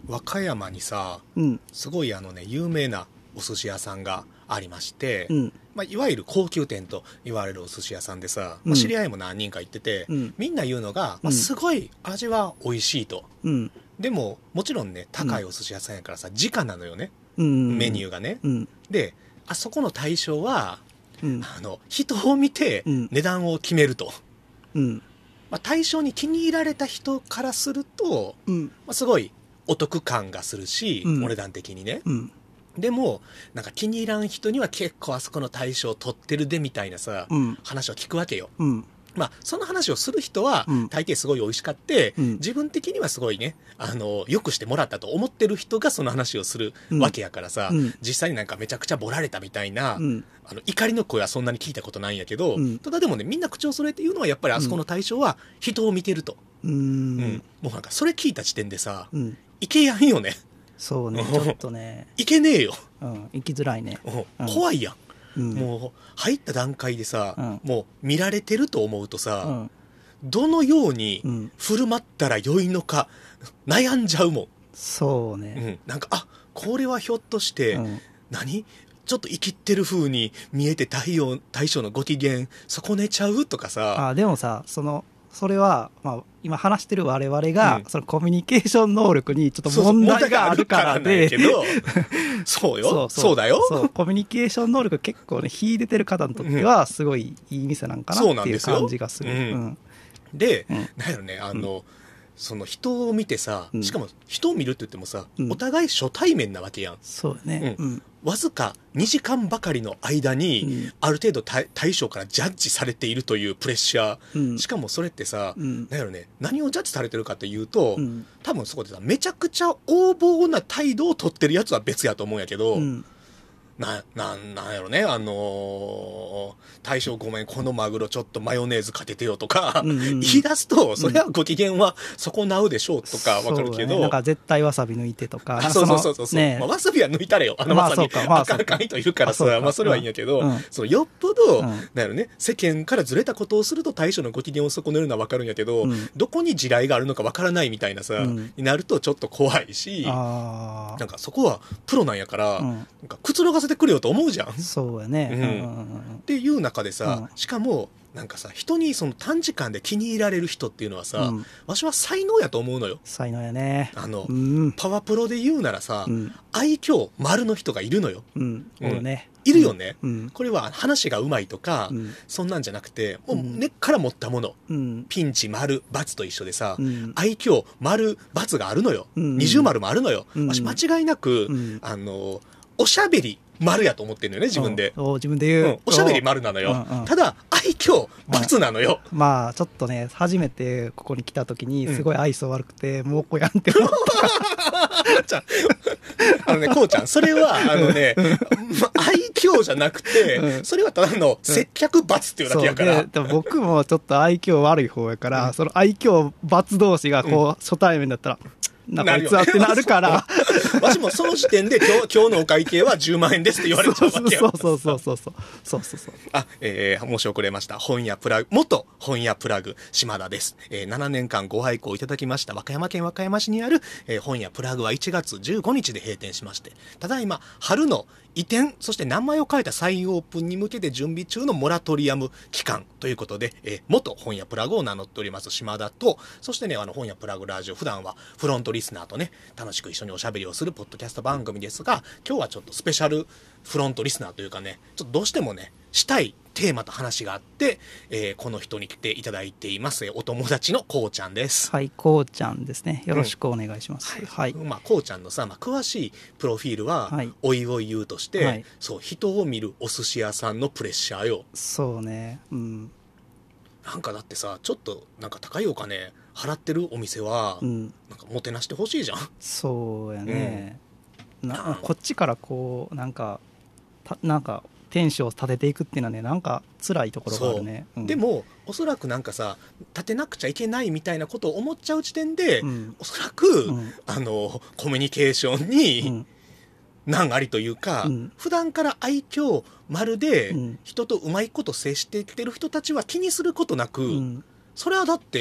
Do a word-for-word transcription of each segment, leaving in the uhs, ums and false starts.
和歌山にさ、 うん、 すごいあのね有名なお寿司屋さんがありまして、 うん、 まあ、いわゆる高級店と言われるお寿司屋さんでさ、 うん、 まあ、知り合いも何人か行ってて、 うん、 みんな言うのが、まあ、すごい味は美味しいと、 うん、 でももちろんね高いお寿司屋さんやからさ時価なのよね、 うん、 メニューがね、 うん、 であそこの対象は、 うん、 あの人を見て値段を決めると、 うん、 まあ、対象に気に入られた人からすると、 うん、 まあ、すごいお得感がするし、 うん、 お値段的にね、 うん、 でもなんか気に入らん人には結構あそこの対象を取ってるでみたいなさ、 うん、 話を聞くわけよ。 うん、 まあその話をする人は、 うん、 大抵すごい美味しかって、 うん、 自分的にはすごいねあのよくしてもらったと思ってる人がその話をするわけやからさ、 うん、 実際になんかめちゃくちゃボラれたみたいな、 うん、 あの怒りの声はそんなに聞いたことないんやけど、 うん、 ただでもねみんな口を揃えて言うのはやっぱりあそこの対象は人を見てると、 うん、 うん、もうなんかそれ聞いた時点でさ、 うん、 いけやんよね。 そうね、ちょっとねいけねえよ、 うん、行きづらいね、 うん、怖いやん、 うん、 もう入った段階でさ、 うん、 もう見られてると思うとさ、 うん、 どのようにうん振る舞ったらよいのか悩んじゃうもん、 そうね、 うん、なんかあこれはひょっとして、 うん、 何ちょっと生きってる風に見えて太陽大将のご機嫌損ねちゃうとかさ。 あでもさそのそれは、まあ、今話してる我々が、うん、そのコミュニケーション能力にちょっと問題があるからで、 そうよ、そうそうだよ、 そうコミュニケーション能力結構ね秀でてる方にとってはすごいいい店なんかなっていう感じがする。 うんうん、で、うん、なんやろねあの、うんその人を見てさ、うん、しかも人を見るって言ってもさ、うん、お互い初対面なわけやん。 そうね、 うん、わずかにじかんばかりの間に、うん、ある程度大将からジャッジされているというプレッシャー、うん、しかもそれってさ、うん、なんやろね何をジャッジされてるかというと、うん、多分そこでさめちゃくちゃ横暴な態度を取ってるやつは別やと思うんやけど、うんな、な、なんやろね、あのー、大将ごめん、このマグロちょっとマヨネーズかけてよとか、うんうん、言い出すと、それはご機嫌は損なうでしょうとかわかるけど、 ね、なんか絶対わさび抜いてとか、 あそうそうそうそう、ねまあ、わさびは抜いたれよ、あのわさび、 まあ、 赤赤いといるからさ、まあそれはいいんやけど、うん、そのよっぽど、うん、なんやろね、世間からずれたことをすると大将のご機嫌を損ねるのはわかるんやけど、うん、どこに地雷があるのかわからないみたいなさ、うん、になるとちょっと怖いし、 あなんかそこはプロなんやから、うん、なんかくつろがせてくれよと思うじゃん。 そうやね、うんうん、っていう中でさ、うん、しかもなんかさ人にその短時間で気に入られる人っていうのはさ、うん、わしは才能やと思うのよ。 才能やね。 あの、うん、パワプロで言うならさ、うん、愛嬌丸の人がいるのよ、 うんうんね、 いるよね、 うん、 これは話がうまいとか、うん、そんなんじゃなくてもう根っから持ったもの、うん、ピンチ丸×と一緒でさ、うん、愛嬌丸×があるのよ、うん、二重丸もあるのよ、うん、わし間違いなく、うん、あのおしゃべり丸やと思ってるのよね自分で。 お自分で言う、うん、 おしゃべり丸なのよ、うんうん、ただ愛嬌×なのよ、 うん、まあちょっとね初めてここに来た時にすごい愛想悪くて、うん、もうこやんって思ったあのねこうちゃんそれはあのね、うん、愛嬌じゃなくて、うん、それはただの接客×っていうだけやから、 うん、で僕もちょっと愛嬌悪い方やから、うん、その愛嬌×同士がこう、うん、初対面だったらなんかいつあってなるからわしもその時点で今日、今日のお会計はじゅうまんえんですって言われちゃうわけよ。 そうそうそうそうそうそうそうそうあ、えー、申し遅れました。本屋プラグ元本屋プラグ島田です、えー、ななねんかんご愛顧いただきました和歌山県和歌山市にある、えー、本屋プラグはいちがつじゅうごにちで閉店しまして、ただいま春の移転そして名前を変えた再オープンに向けて準備中のモラトリアム期間ということで、えー、元本屋プラグを名乗っております島田と、そしてねあの本屋プラグラジオ普段はフロントリスナーとね楽しく一緒におしゃべりをするポッドキャスト番組ですが、今日はちょっとスペシャルフロントリスナーというかねちょっとどうしてもねしたいテーマと話があって、えー、この人に来ていただいています。お友達のこうちゃんです。 はい、こうちゃんですね。よろしくお願いします。うん、はい。 まあこうちゃんのさ、まあ、詳しいプロフィールは、はい、おいおい言うとして、はい、そう人を見るお寿司屋さんのプレッシャーよ。 そうね。うん。 なんかだってさちょっとなんか高いお金払ってるお店は、うん、なんかもてなしてほしいじゃん。 そうやね。うん、なこっちからこうなんかたなんか。テンションを立てていくっていうのはねなんか辛いところがあるね、 うん、でもおそらくなんかさ立てなくちゃいけないみたいなことを思っちゃう時点で、うん、おそらく、うん、あのコミュニケーションに難ありというか、うん、普段から愛嬌丸で人とうまいこと接してきてる人たちは気にすることなく、うん、それはだって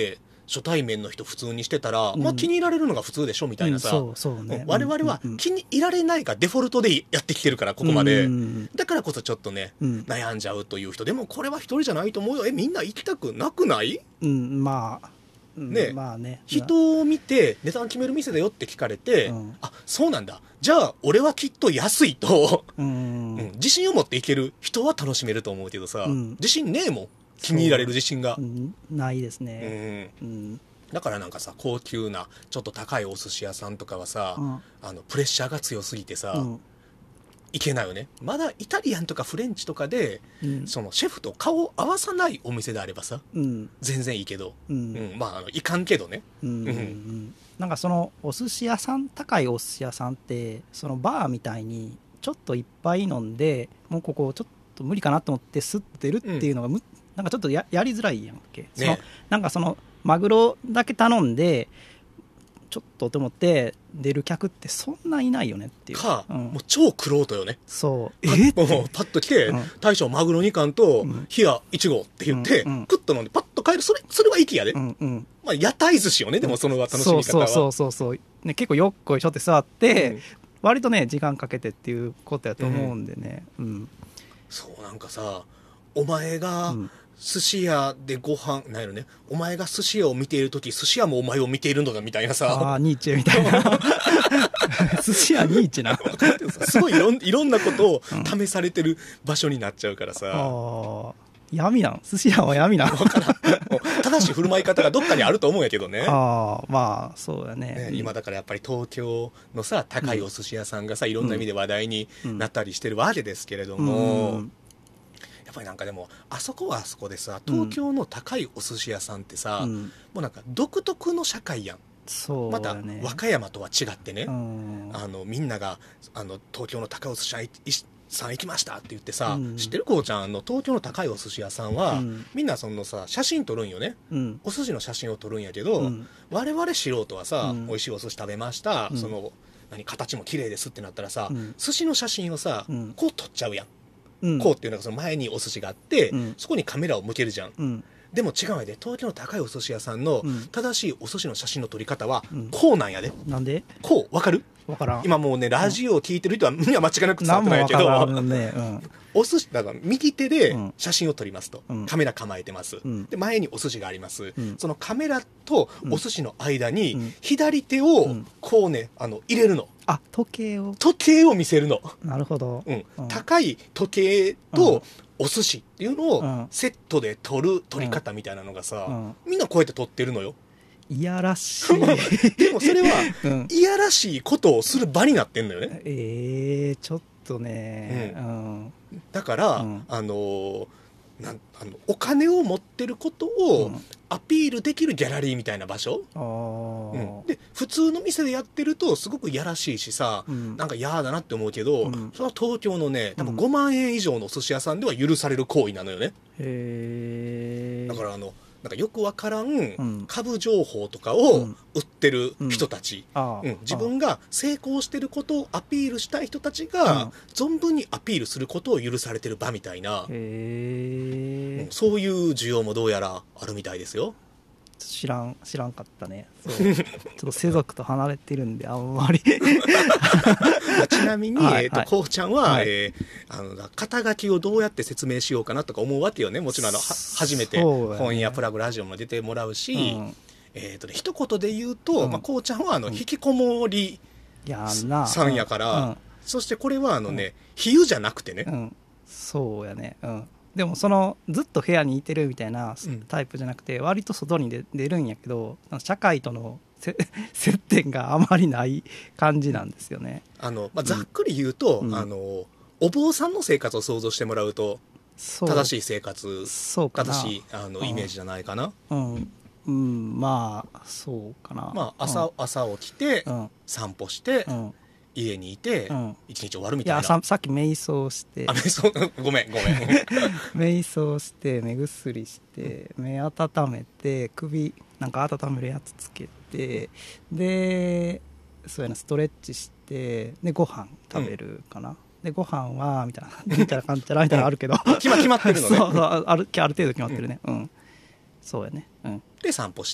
初対面の人普通にしてたら、 うんまあ気に入られるのが普通でしょみたいなさ、 うんそうそうね、 我々はうんうん気に入られないがデフォルトでやってきてるからここまで、 うんだからこそちょっとね、 うん悩んじゃうという人でもこれは一人じゃないと思うよ。えみんな行きたくなくない？ うんまあうんねまあね人を見て値段決める店だよって聞かれて、 うんあそうなんだじゃあ俺はきっと安いと、 うんうん自信を持っていける人は楽しめると思うけどさ、 うん自信ねえもん、気に入られる自信がう、んないですうねんうんだからなんかさ高級なちょっと高いお寿司屋さんとかはさ、 うんあのプレッシャーが強すぎてさ、 うんいけないよね。まだイタリアンとかフレンチとかで、 うんそのシェフと顔を合わさないお店であればさうん全然いいけど、 ううんん、まああのいかんけどね。 うんうんうんなんかそのお寿司屋さん高いお寿司屋さんってそのバーみたいにちょっといっぱい飲んでもうここちょっと無理かなと思ってスッて出るっていうのがむ、なんかちょっと や, やりづらいやんけ、そのねなんかそのマグロだけ頼んでちょっとと思って出る客ってそんないないよねっていうか、 うんもう超クロートよね。 そうパッもうパッと来て、 うん大将マグロに貫とうん冷やいちごって言って、 うんうんクッと飲んでパッと帰る。それそれは息やで、 うんうんまあ、屋台寿司よね。でもその楽しみ方はそうそうそうそう、ね、結構よっこいしょって座って、 うん割とね時間かけてっていうことやと思うんでね、うんそうなんかさお前がうん寿司屋でご飯なんやろね、お前が寿司屋を見ている時寿司屋もお前を見ているのだみたいなあさ、 あニーチェみたいな寿司屋ニーチェなすごいいろんいろんなことを試されてる場所になっちゃうからさ、 ああ闇なん寿司屋は闇なんもう正しい振る舞い方がどっかにあると思うんやけどね。 ああまあそうやねね、今だからやっぱり東京のさ高いお寿司屋さんがさいろんな意味で話題になったりしてるわけですけれども、 うんやっぱりなんかでもあそこはあそこでさ東京の高いお寿司屋さんってさ、 うんもうなんか独特の社会やん。 そうまたやね和歌山とは違ってね、 うんあのみんながあの東京の高いお寿司屋いさん行きましたって言ってさ、 うん知ってるこうちゃんあの東京の高いお寿司屋さんは、 うんみんなそのさ写真撮るんよね。 うんお寿司の写真を撮るんやけど、 うん我々素人はさ、 うん美味しいお寿司食べました、 うんその何形も綺麗ですってなったらさ、 うん寿司の写真をさ、 うんこう撮っちゃうやん、 うんこうっていうのがその前にお寿司があって、 うんそこにカメラを向けるじゃん。 うんでも違うんやで、東京の高いお寿司屋さんのうん正しいお寿司の写真の撮り方はうんこうなんやで。 なんでこうわかる？ わからん今もうねラジオを聞いてる人はみんな間違いなく伝わっ何もてないけど、 わからんねうんお寿司だから右手でうん写真を撮りますと、 うんカメラ構えてます、 うんで前にお寿司があります、 うんそのカメラとお寿司の間にうん左手をうんこうねあの入れるの、 あ時計を時計を見せるの、 なるほどうんうん高い時計とお寿司っていうのうんをセットで撮る撮り方みたいなのがさ、 うんみんなこうやって撮ってるのよ。 いやらしいでもそれはうんいやらしいことをする場になってんのよね。 えー、ちょっとねううんだから、 うんあのーなんあのお金を持ってることをうんアピールできるギャラリーみたいな場所、 あーうんで普通の店でやってるとすごくいやらしいしさ、 うんなんか嫌だなって思うけど、 うんそれは東京のね多分うんごまん円以上のお寿司屋さんでは許される行為なのよね。 へえだからあのなんかよくわからんん株情報とかをうん売ってる人たち、 あーうん自分が成功してることをアピールしたい人たちが、 うん存分にアピールすることを許されてる場みたいな、 へえうんそういう需要もどうやらあるみたいですよ。 知らん知らんかったねそうちょっと世俗と離れてるんであんまりまあちなみに、 はいえーとはいこうちゃんは、 はいえーあの肩書きをどうやって説明しようかなとか思うわけよね。もちろんあのは初めてそうやね本屋プラグラジオも出てもらうし、 うんえーとね一言で言うと、 うんまあ、こうちゃんはあのうん引きこもりやんなさんやから、そしてこれはあのね、比喩じゃなくてね、 うん、うんそうやねうんでもそのずっと部屋にいてるみたいなうんタイプじゃなくて割と外に出出るんやけど社会とのせ接点があまりない感じなんですよね。 あのまあ、ざっくり言うと、 うんあのお坊さんの生活を想像してもらうとそう正しい生活そうかな正しいあのうんイメージじゃないかな。 うん、うん、まあそうかなまあ、朝、朝起きて、 うん散歩して、 うん家にいて、 うん一日終わるみいたいな。 やささっき瞑想してあ、瞑想ごめんごめん。 瞑想して目薬して目温めて首なんか温めるやつつけてでそうやなストレッチしてでご飯食べるかな、でご飯はみたいなみたいな感じじゃないみたいなのあるけど決ま決まってるのね。 そうそうあるある程度決まってるねうん、そうやねうんで散歩して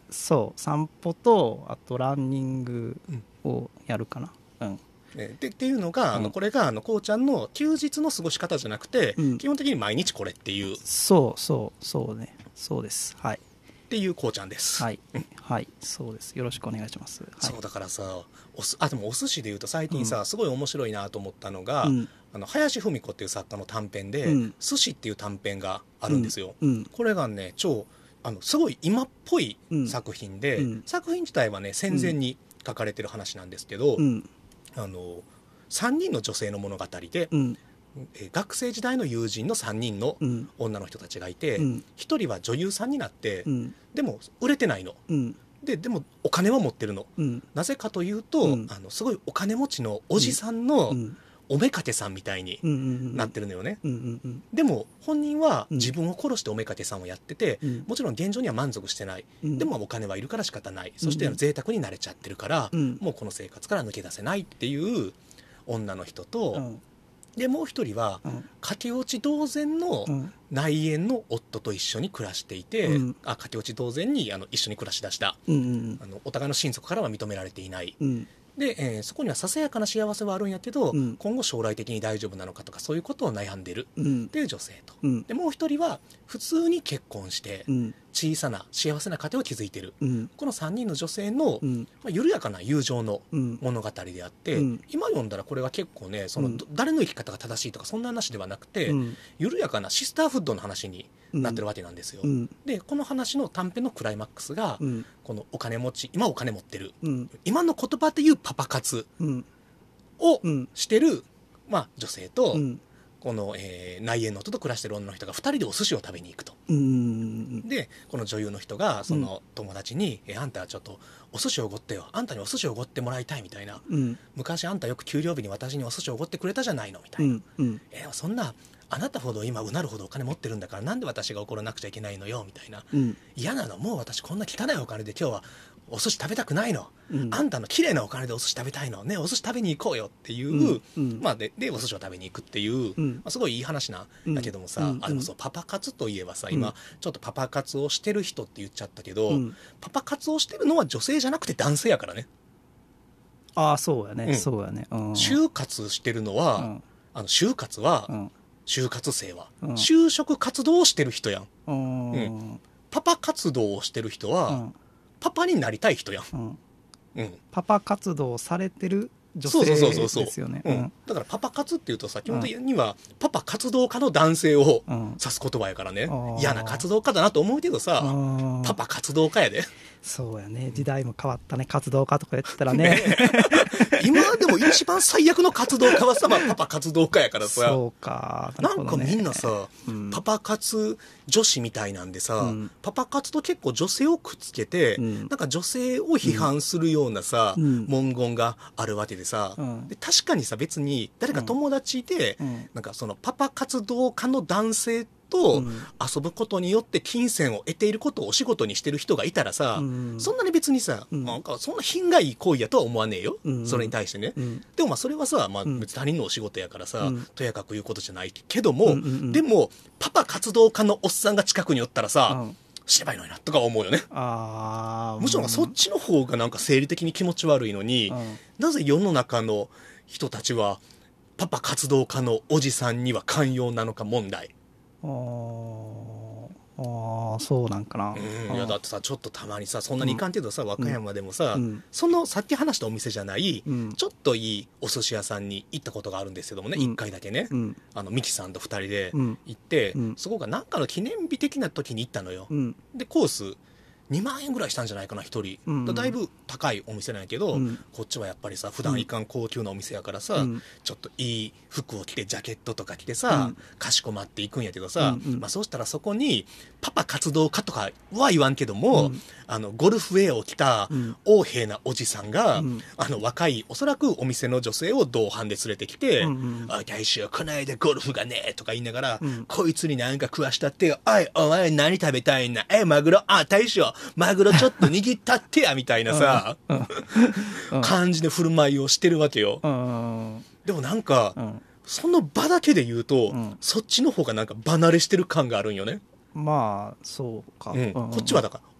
そう散歩とあとランニングをやるかな、うんね、でっていうのが、うん、あのこれがあのこうちゃんの休日の過ごし方じゃなくて、うん、基本的に毎日これっていうそうそうそうねそうですはいっていうこうちゃんですはい、はい、そうですよろしくお願いします、はい、 そうだからさおすあでもお寿司でいうと最近さ、うん、すごい面白いなと思ったのが、うん、あの林芙美子っていう作家の短編で、うん、寿司っていう短編があるんですよ、うん、これがね超あのすごい今っぽい作品で、作品自体はね戦前に書かれてる話なんですけど、あのさんにんの女性の物語で、え学生時代の友人のさんにんの女の人たちがいて、うん、ひとりは女優さんになって、うん、でも売れてないの、うん、で, でもお金は持ってるの、うん、なぜかというと、うん、あのすごいお金持ちのおじさんのおめかてさんみたいになってるのよね、うんうんうん、でも本人は自分を殺しておめかてさんをやってて、うん、もちろん現状には満足してない、うん、でもお金はいるから仕方ない、そして贅沢に慣れちゃってるから、うん、もうこの生活から抜け出せないっていう女の人と、うんでもう一人は、うん、駆け落ち同然の内縁の夫と一緒に暮らしていて、うん、あ駆け落ち同然にあの一緒に暮らしだした、うんうん、あのお互いの親族からは認められていない、うん、で、えー、そこにはささやかな幸せはあるんやけど、うん、今後将来的に大丈夫なのかとかそういうことを悩んでるっていう女性と、うん、でもう一人は普通に結婚して、うん、小さな幸せな家庭を築いてる、うん、このさんにんの女性の、うんまあ、緩やかな友情の物語であって、うん、今読んだらこれは結構ねその、うん、誰の生き方が正しいとかそんな話ではなくて、うん、緩やかなシスターフッドの話になってるわけなんですよ、うん、でこの話の短編のクライマックスが、うん、このお金持ち今お金持ってる、うん、今の言葉で言うパパ活をしてる、まあ、女性と、うんこの、えー、内縁の夫と暮らしてる女の人がふたりでお寿司を食べに行くと、うん、でこの女優の人がその友達に、うんえー、あんたはちょっとお寿司をおごってよあんたにお寿司をおごってもらいたいみたいな、うん、昔あんたよく給料日に私にお寿司をおごってくれたじゃないのみたいな、うんうんえー、そんなあなたほど今うなるほどお金持ってるんだからなんで私が怒らなくちゃいけないのよみたいな、うん、嫌なのもう私こんな汚いお金で今日はお寿司食べたくないの、うん、あんたの綺麗なお金でお寿司食べたいのねお寿司食べに行こうよっていう、うんうんまあ、で, でお寿司を食べに行くっていう、うんまあ、すごいいい話なんだけどもさ、うん、あでもそうパパ活といえばさ今ちょっとパパ活をしてる人って言っちゃったけど、うん、パパ活をしてるのは女性じゃなくて男性やからねああそうやね、うん、そうやね、うん、 就活してるのは、うん、あの就活は、うん、就活生は、うん、就職活動をしてる人やん、うんうん、パパ活動をしてる人は、うんパパになりたい人やん、うんうん、パパ活動されてる女性ですよねだからパパ活っていうとさ基本的にはパパ活動家の男性を指す言葉やからね、うん、嫌な活動家だなと思うけどさパパ活動家やでそうやね時代も変わったね活動家とか言ったらねね今でも一番最悪の活動家はさ、まあ、パパ活動家やからさそうかな,、ね、なんかみんなさ、うん、パパ活女子みたいなんでさ、うん、パパ活と結構女性をくっつけて、うん、なんか女性を批判するようなさ、うん、文言があるわけでさ、うん、で確かにさ別に誰か友達で、うん、なんかそのパパ活動家の男性と遊ぶことによって金銭を得ていることをお仕事にしてる人がいたらさ、うん、そんなに別にさ、うん、なんかそんな品がいい行為やとは思わねえよ、うん、それに対してね、うん、でもまあそれはさ、まあ、別に他人のお仕事やからさ、うん、とやかく言うことじゃないけども、うんうんうん、でもパパ活動家のおっさんが近くにおったらさ、うん知ればいいのになとか思うよねあむしろそっちの方がなんか生理的に気持ち悪いのに、うん、なぜ世の中の人たちはパパ活動家のおじさんには寛容なのか問題ああそうなんかな、 うん、いやだってさちょっとたまにさそんなにいかんけどさ、うん、和歌山でもさ、うん、そのさっき話したお店じゃない、うん、ちょっといいお寿司屋さんに行ったことがあるんですけどもね、うん、いっかいだけね、うん、あのミキさんとふたりで行って、うん、そこがなんかの記念日的な時に行ったのよ、うん、でコースにまんえんぐらいしたんじゃないかなひとり、うんうん、だ, だいぶ高いお店なんやけど、うん、こっちはやっぱりさ普段いかん高級なお店やからさ、うん、ちょっといい服を着てジャケットとか着てさ、うん、かしこまっていくんやけどさ、うんうんまあ、そうしたらそこにパパ活動家とかは言わんけども、うん、あのゴルフウェアを着た横柄なおじさんが、うん、あの若いおそらくお店の女性を同伴で連れてきて、うんうん、おい大将こないだゴルフがねとか言いながら、うん、こいつになんか食わしたってよおいお前何食べたいんだえマグロあ大将マグロちょっと握ったってやみたいなさ感じで振る舞いをしてるわけよでもなんかその場だけで言うとそっちの方がなんか離れしてる感があるんよねまあそうか、 うん、こっちはだから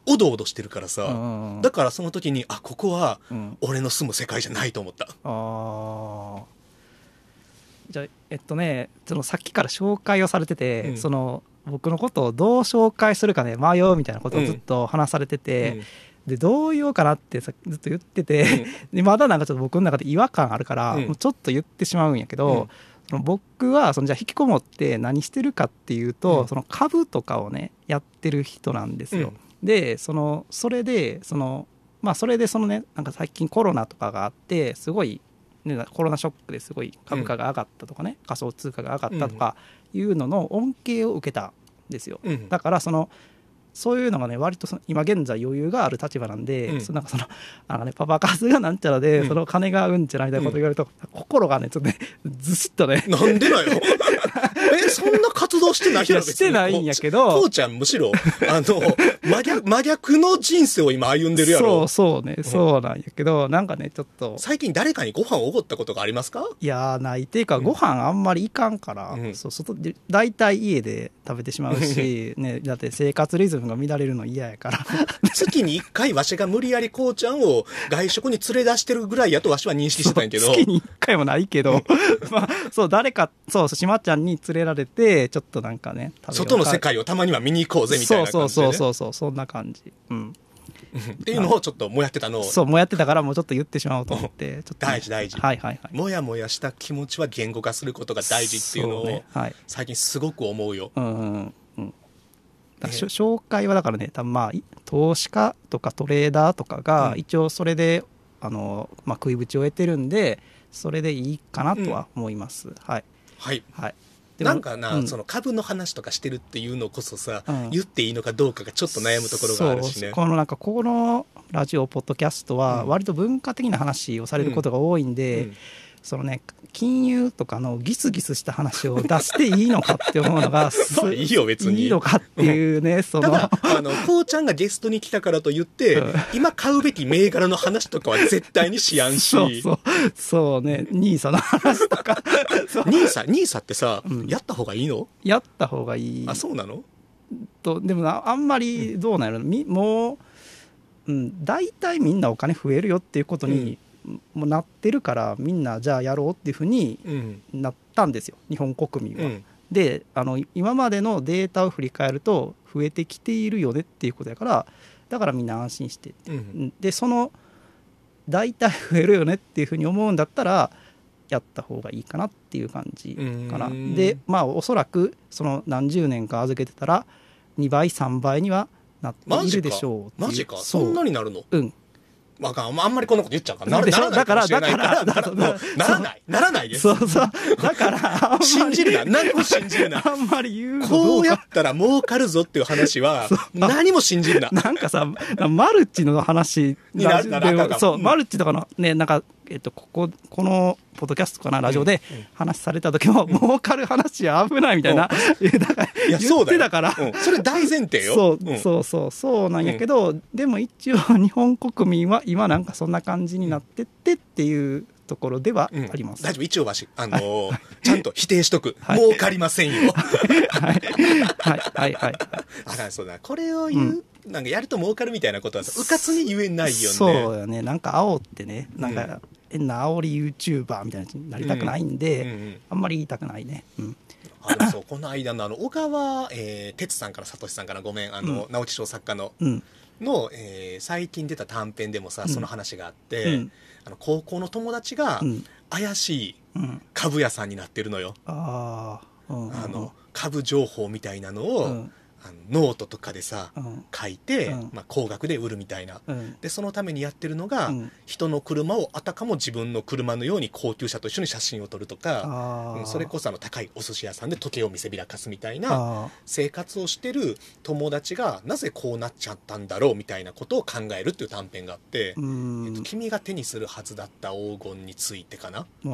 おどおどしてるからさ、 うんうん、 だからその時にあここはうん俺の住む世界じゃないと思った。 あじゃあえっとねそのさっきから紹介をされてて、 うんその僕のことをどう紹介するかね迷うみたいなことをずっと話されてて、 うんでどう言おうかなってさずっと言ってて、うん、でまだなんかちょっと僕の中で違和感あるから、うん、もうちょっと言ってしまうんやけど、うん、その僕はそのじゃあ引きこもって何してるかっていうと、うん、その株とかをねやってる人なんですよ、うん、でそのそれでそのまあそれでそのねなんか最近コロナとかがあってすごい、ね、コロナショックですごい株価が上がったとかね、うん、仮想通貨が上がったとかいうのの恩恵を受けたんですよ、うん、だからそのそういうのがね割とその今現在余裕がある立場なんで、うん、そのなんかそのあの、ね、パパ活がなんちゃらで、うん、その金がうんちゃらみたいなこと言われると、うん、心がねちょっとねずしっとねなんでだよえそんな活動してないやしてないんやけどこうちゃんむしろあの真逆、真逆の人生を今歩んでるやろ。 そうそうね、うん、そうなんやけどなんかねちょっと最近誰かにご飯をおごったことがありますか？ いやないっていうか、うん、ご飯あんまりいかんから、うん、そう外で大体家で食べてしまうし、ね、だって生活リズムが乱れるの嫌やから月にいっかいわしが無理やりこうちゃんを外食に連れ出してるぐらいやとわしは認識してたんやけど月にいっかいもないけどまあそう誰かそうしまちゃんに連れられてちょっとなんかね外の世界をたまには見に行こうぜみたいな感じで、ね、 そうそうそうそうそんな感じ、うんっていうのをちょっともやってたのをそうもやってたからもうちょっと言ってしまおうと思ってちょっと、ね、 大事大事、 はいはいはい、 もやもやした気持ちは言語化することが大事っていうのを、ねはい、最近すごく思うよ。 うんうんうんだしょ紹介はだからね多分まあ投資家とかトレーダーとかが一応それで、うんあのまあ、食いぶちを得てるんでそれでいいかなとは思います、うん、はい、 はいはい、 なんかな、うん、その株の話とかしてるっていうのこそさ、うん、言っていいのかどうかがちょっと悩むところがあるしね。 このなんかこのラジオポッドキャストは割と文化的な話をされることが多いんで、うんうんそのね、金融とかのギスギスした話を出していいのかって思うのがいいよ別にいいのかっていうね、うん、そのただあのこうちゃんがゲストに来たからと言って、うん、今買うべき銘柄の話とかは絶対にしやんしそうそうそうねニーサの話とかニーサニーサってさ、うん、やった方がいいの？ やった方がいい。 あそうなの？ とでもあんまりどうなんやろ、うん、もう、うん、大体みんなお金増えるよっていうことに、うんもうなってるからみんなじゃあやろうっていうふうになったんですよ、うん、日本国民は、うん、であの今までのデータを振り返ると増えてきているよねっていうことやからだからみんな安心して、うん、でその大体増えるよねっていうふうに思うんだったらやった方がいいかなっていう感じかな。でまあおそらくその何十年か預けてたらにばいさんばいにはなっているでしょうっていう。 マジか、マジか、そんなになるの？ うんまあ、あんまりこんなこと言っちゃうからならないかもしれないからならないならないです。 そうそうだから信じるな何も信じるなあんまり言うのこうやったら儲かるぞっていう話は何も信じるな。 なんかさマルチの話になるならそう、うん、マルチとかのねなんかえっとこここのポッドキャストかなラジオで話された時も、うん、儲かる話は危ないみたいな、うん、だから言ってたから、 うん、それ大前提よ。 そう、うん、そうそうそうなんやけど、うん、でも一応日本国民は今なんかそんな感じになってってっていうところではあります、 うん、大丈夫一応わし、あのーはい、ちゃんと否定しとく、はい、儲かりませんよはいはいはいはいあそうだこれを言う、うん、なんかやると儲かるみたいなことはうかつに言えないよね。 そうよねなんか煽ってねなんか、うん変な煽り YouTuber みたいになりたくないんで、うんうんうん、あんまり言いたくないね、うん、 あのそうこの間のあの小川、えー、哲さんからさとしさんからごめんあの、うん、直木賞作家の、うん、の、えー、最近出た短編でもさ、うん、その話があって、うん、あの高校の友達が怪しい株屋さんになってるのよ、うん、あ、うんうん、あの株情報みたいなのを、うんあのノートとかでさ、うん、書いて、うんまあ、高額で売るみたいな、うん、でそのためにやってるのが、うん、人の車をあたかも自分の車のように高級車と一緒に写真を撮るとか、うん、それこそあの高いお寿司屋さんで時計を見せびらかすみたいな生活をしてる友達がなぜこうなっちゃったんだろうみたいなことを考えるっていう短編があって、えっと、君が手にするはずだった黄金についてかな、うん、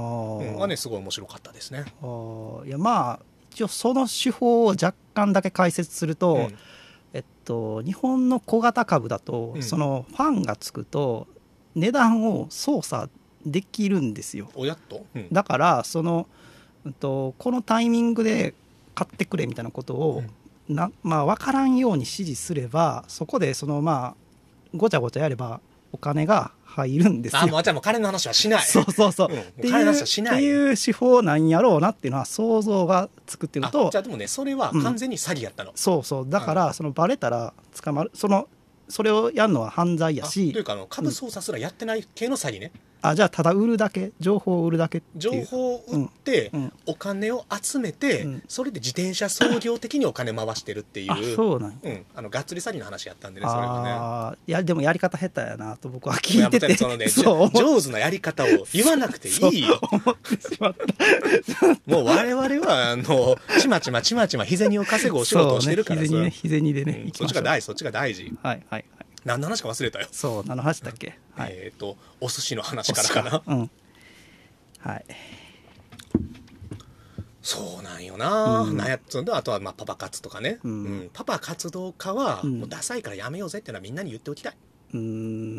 はねすごい面白かったですね。 あいやまあ一応その手法を若干だけ解説すると、うんえっと、日本の小型株だと、うん、そのファンがつくと値段を操作できるんですよ。 おやっと、うん、 だからその、えっと、このタイミングで買ってくれみたいなことをなまあ、分からんように指示すればそこでそのまあごちゃごちゃやればお金が入るんですよ。 あもうじゃあもう金の話はしない。 そうそうそう、 うん、 っていう金の話はしないっていう手法なんやろうなっていうのは想像がつくっていうのと、 じゃあでもねそれは完全に詐欺やったの、 うん、そうそうだからそのバレたら捕まるそのそれをやるのは犯罪やしというかあの株操作すらやってない系の詐欺ね、 うん、あじゃあただ売るだけ情報を売るだけっていう情報を売って、うんうん、お金を集めて、うん、それで自転車操業的にお金回してるっていう、 あそうなん、 うん、あのがっつり詐欺の話やったんでねそれはね。 あいやでもやり方下手やなと僕は聞いててその、ね、そう上手なやり方を言わなくていいよ思ってしまったもう我々はあのちまちまちまちま日銭を稼ぐお仕事をしてるからさ、 そうね日銭でね、 うん、そっちが大事そっちが大事。 はいはいはい何の話か忘れたよ。 そう何の話だっけ、はい、 えっ、ー、とお寿司の話からかな。 うんはいそうなんよな、 うん、 なんやつんであとはまあパパ活とかね、 うんうん、パパ活動家はもうダサいからやめようぜっていうのはみんなに言っておきたい。 うん、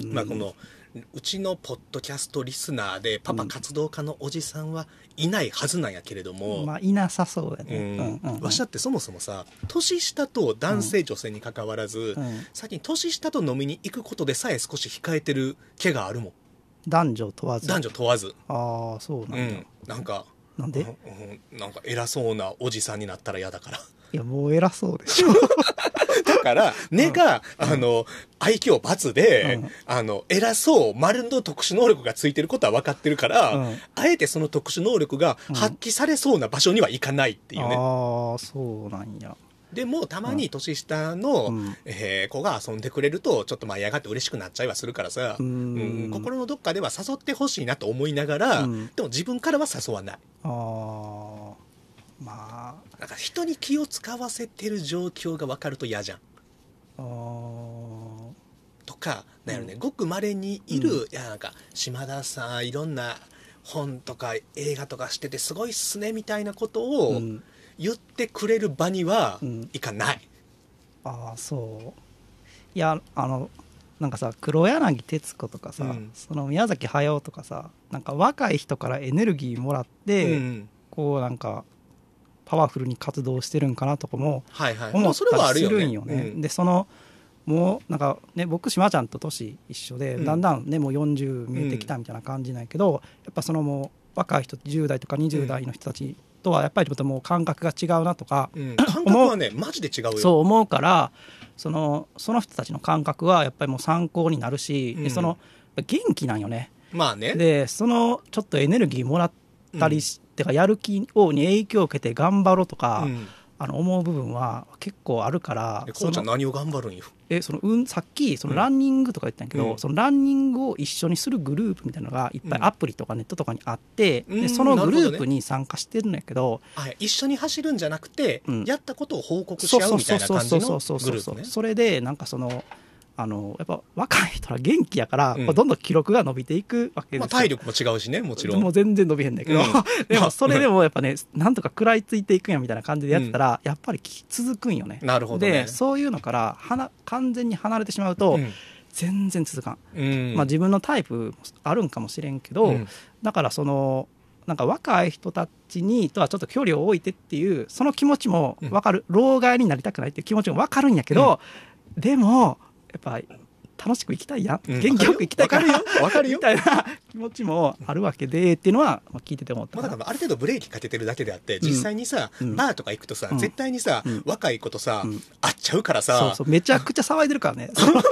まあ、このうちのポッドキャストリスナーでパパ活動家のおじさんはいないはずなんやけれども、 うん、まあいなさそうやね、 うんうんうんうん、 わしだってそもそもさ年下と男性女性に関わらず、うん、最近年下と飲みに行くことでさえ少し控えてる毛があるもん。 男女問わず男女問わず。 ああそうなんだ、うん、 なんかなんで、 うん、なんか偉そうなおじさんになったら嫌だから。 いやもう偉そうでしょだから根が、うん、あの愛嬌罰で、 うん、 あの偉そう丸の特殊能力がついてることは分かってるから、うん、あえてその特殊能力が発揮されそうな場所には行かないっていうね、うん、 ああそうなんや。 でもたまに年下の、うんえー、子が遊んでくれるとちょっと舞い上がって嬉しくなっちゃいはするからさ、うんうん、心のどっかでは誘ってほしいなと思いながら、うん、でも自分からは誘わない。 ああまあなんか人に気を使わせてる状況が分かると嫌じゃん。 あとかなんやろね、うん、ごく稀にいる、うん、いやなんか島田さんいろんな本とか映画とかしててすごいっすねみたいなことを言ってくれる場には行かない、 うん、ああそういやあのなんかさ黒柳徹子とかさ、うん、その宮崎駿とかさなんか若い人からエネルギーもらって、うん、こうなんかパワフルに活動してるんかなとかも思ったりするんよね。でそのもうなんかね僕島ちゃんと年一緒で、うん、だんだんねもうよんじゅう見えてきたみたいな感じなんやけど、うん、やっぱそのもう若い人じゅう代とかにじゅう代の人たちとはやっぱりちょっともう感覚が違うなとか、 うん、感覚はねマジで違うよ。 そう思うからそのその人たちの感覚はやっぱりもう参考になるし、うん、でその元気なんよね。 まあね。 でそのちょっとエネルギーもらったりして、うん、かやる気をに影響を受けて頑張ろうとか、うん、あの思う部分は結構あるから。 こうちゃん何を頑張るんよ。 えそのうん、さっきそのランニングとか言ったんやけど、うん、そのランニングを一緒にするグループみたいなのがいっぱいアプリとかネットとかにあって、うん、でそのグループに参加してるんだけど、 ど、ね、一緒に走るんじゃなくて、うん、やったことを報告し合うみたいな感じのグループね。 それでなんかそのあのやっぱ若い人は元気やから、うん、どんどん記録が伸びていくわけですよ、まあ、 体力も違うしねもちろんもう全然伸びへんだけど、うん、でもそれでもやっぱねなんとか食らいついていくんやみたいな感じでやってたら、うん、やっぱり続くんよね。 なるほどね。 でそういうのからはな完全に離れてしまうと、うん、全然続かん、うんまあ、自分のタイプあるんかもしれんけど、うん、だからそのなんか若い人たちにとはちょっと距離を置いてっていうその気持ちも分かる、うん、老害になりたくないっていう気持ちも分かるんやけど、うん、でもやっぱり楽しく生きたいやん、うん、元気よく生きたいから分かるよみたいな気持ちもあるわけでっていうのは聞いてて思った、 まあ、だからある程度ブレーキかけてるだけであって実際にさ、うん、バーとか行くとさ、うん、絶対にさ、うん、若い子とさ、うん、会っちゃうからさ、 そうそうめちゃくちゃ騒いでるからね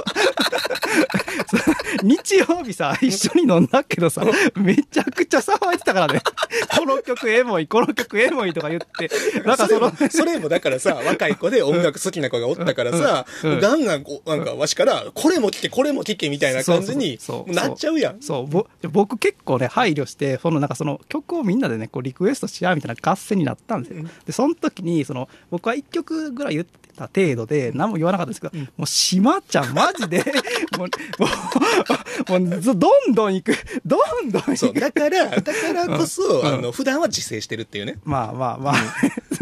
日曜日さ一緒に飲んだけどさめちゃくちゃ騒いでたからねこの曲エモいこの曲エモいとか言ってなんかそのそれもだからさ若い子で音楽好きな子がおったからさ、うんうん、ガンガンなんかわしからこれも聴けこれも聴けみたいな感じになっちゃうやん。 そうそうそう僕結構ね配慮してそのなんかその曲をみんなでねこうリクエストし合うみたいな合戦になったんですよ、うん、でその時にその僕はいっきょくぐらい言ってた程度で何も言わなかったんですけど、うん、もう島ちゃんマジでもうもうどんどん行くどんどん行く。 そうだからだからこそ、うん、あの普段は自制してるっていうね。 まあまあまあ、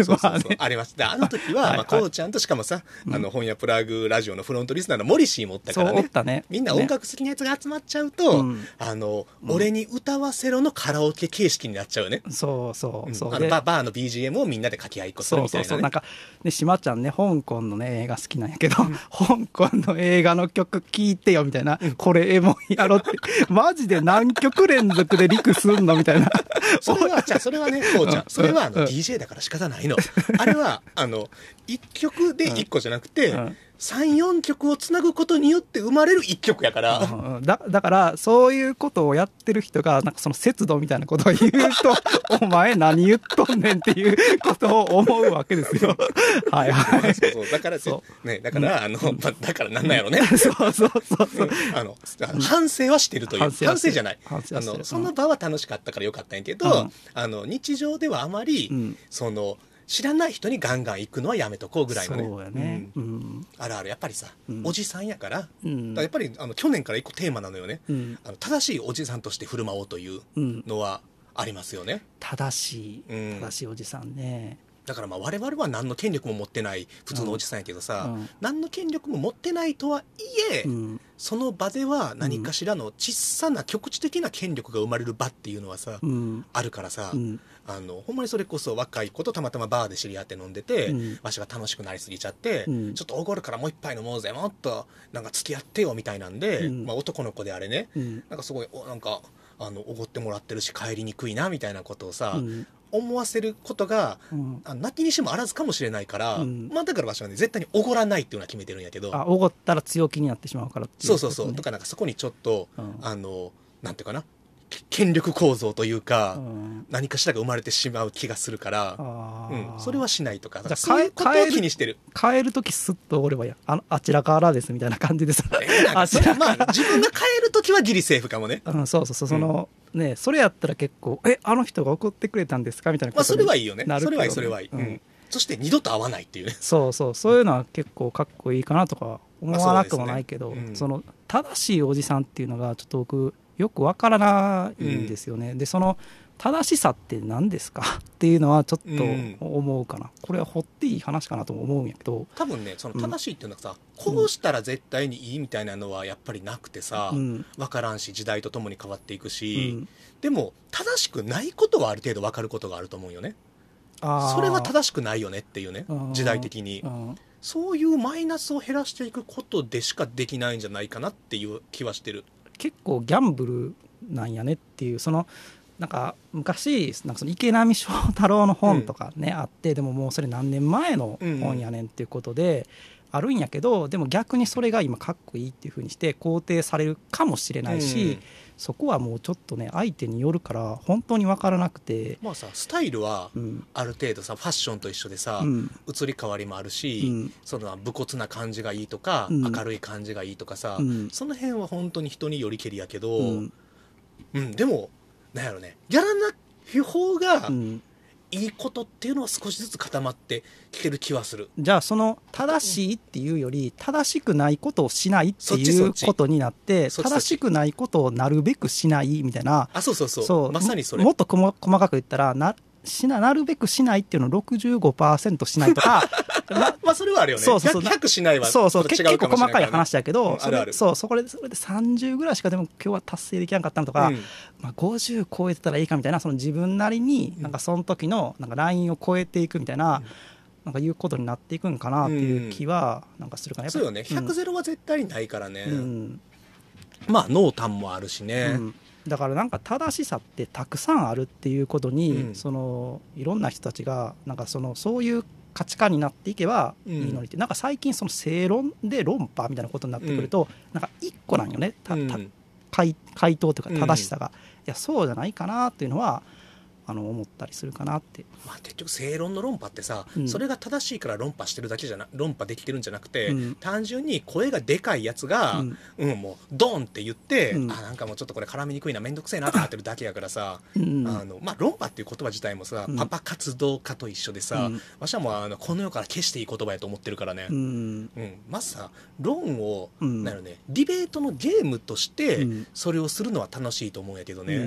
そうそうそうまあねありました。あの時は、 はいはいまあ、こうちゃんとしかもさ、あの本屋プラグラジオのフロントリスナーのモリシーもおったからねそうおったねみんな音楽好きなやつが集まっちゃうと、 うんあの俺に歌わせろのカラオケ形式になっちゃうよね、 そうそううんそうであのババーの ビージーエム をみんなで書き合いっこするそうみたいうな、ね、 そそうなんかねしまちゃんね香港のね映画好きなんやけど、香港の映画の曲聴いてよみたいな、これエモいやろってマジで何曲連続でリクすんのみたいなそれはじゃあそれはねこうちゃんそれはあのうんディージェー だから仕方ないのあれはあのいっきょくでいっこじゃなくて、 うんさん、よんきょくをつなぐことによって生まれるいっきょくやから、 うんうんだだからそういうことをやってる人がなんかその節度みたいなことを言うとお前何言っとんねんっていうことを思うわけですよはいはいそうそうだからってそねだからあの、まあ、だからなんなんやろねそうそうそうそうあの反省はしてるという反省はしてる反省じゃない反省はしてるあのその場は楽しかったからよかったんやけど、 うんあの日常ではあまり、 うんその知らない人にガンガン行くのはやめとこうぐらいのねそうやねううんんあるあるやっぱりさ、 うんおじさんやから,、 うんやっぱりあの去年から一個テーマなのよね、 うんあの正しいおじさんとして振る舞おうといううんのはありますよね。 正しいうん正しいおじさんねだからまあ我々は何の権力も持ってない普通のおじさんやけどさ、 うん何の権力も持ってないとはいえ、 うんその場では何かしらの小さな局地的な権力が生まれる場っていうのはさ、 うんあるからさ、 うんあのほんまにそれこそ若い子とたまたまバーで知り合って飲んでて、 うんわしが楽しくなりすぎちゃって、 うんちょっとおごるからもう一杯飲もうぜもっとなんか付き合ってよみたいなんで、 うんまあ、男の子であれね、 うんなんかすごいおなんかあのおごってもらってるし帰りにくいなみたいなことをさ、 うん思わせることがうんあ泣きにしてもあらずかもしれないから、 うんまあ、だからわしはね絶対におごらないっていうのは決めてるんやけど、 あおごったら強気になってしまうからっていそうそうそう、 ことねとかなんかそこにちょっと、 うんあのなんていうかなけ権力構造というか、 うん何かしらが生まれてしまう気がするから、 あうん、 ーそれはしないとかじゃあそういうことを変え気にしてる。 帰るときすっとおればいいやあのあちらからですみたいな感じでさえーなんかそれはまあ自分が帰るときはギリセーフかもね。 うん、そうそうそうその、ねそれやったら結構えあの人が怒ってくれたんですかみたいなまあそれはいいいよね。 なるけどねそれはいいそれはいい、 うんうんそして二度と会わないっていうね。 そうそうそういうのは結構かっこいいかなとか思わなくもないけど、 まあそうですねうんその正しいおじさんっていうのがちょっと僕よくわからないんですよね、でその正しさって何ですかっていうのはちょっと思うかな、これは掘っていい話かなとも思うんやけど、 多分ねその正しいっていうのはさ、こうしたら絶対にいいみたいなのはやっぱりなくてさ、 うん分からんし時代とともに変わっていくうし、 ん、 でも正しくないことはある程度分かることがあると思うよね。 あーそれは正しくないよねっていうね、 うん時代的にうんそういうマイナスを減らしていくことでしかできないんじゃないかなっていう気はしてる。 結構ギャンブルなんやねっていうそのなんか昔なんかその池波正太郎の本とかね、あってでももうそれ何年前の本やねんっていうことであるんやけど、でも逆にそれが今かっこいいっていう風にして肯定されるかもしれないし、そこはもうちょっとね相手によるから本当に分からなくて、 まあさスタイルはうんある程度さファッションと一緒でさ、 うん移り変わりもあるし、 うんその武骨な感じがいいとか、 うん明るい感じがいいとかさ、 うんその辺は本当に人によりけりやけど、 ううんんでもなんやろねやらない方がうんいいことっていうのは少しずつ固まってきてる気はする。 じゃあその正しいっていうより正しくないことをしないっていうそっちそっちことになってそっちそっち正しくないことをなるべくしないみたいな、 あそうそうそうそうまさにそれももっとこも細かく言ったらなしななるべくしないっていうのを ろくじゅうごパーセント しないとかままあそれはあるよね。 そうそうそうひゃく ひゃくしないはそうそうちょっと結構違うかもしれないからね細かい話だけど、それうんあるあるそうそこでそれでさんじゅうぐらいしかでも今日は達成できなかったのとか、 うんまあ、ごじゅう超えてたらいいかみたいなその自分なりになんかその時のなんかラインを超えていくみたいな、 うんなんかいうことになっていくんかなっていう気はなんかするかな、やっぱりそうよねひゃくゼロは絶対にないからね、 うんまあ濃淡もあるしね、 うんだからなんか正しさってたくさんあるっていうことに、 うんそのいろんな人たちがなんかそのそういう価値観になっていけばいいのにって、なんか最近その正論で論破みたいなことになってくると、なんか一個なんよねたたうん回回答というかうん正しさが、いやそうじゃないかなっていうのはあの思ったりするかなって。 まあ、結局正論の論破ってさ、 うんそれが正しいから論破してるだけじゃな論破できてるんじゃなくて、 うん単純に声がでかいやつが、 ううんんもうドンって言って、 うんあなんかもうちょっとこれ絡みにくいなめんどくせえなってなってるだけやからさ、 うんあのまあ、論破っていう言葉自体もさ、 うんパパ活動家と一緒でさ、 うんわしはもうあのこの世から消していい言葉やと思ってるからね、 うんうんまずさ論を、 うんなんやろね、ディベートのゲームとしてうんそれをするのは楽しいと思うんやけどね、 うん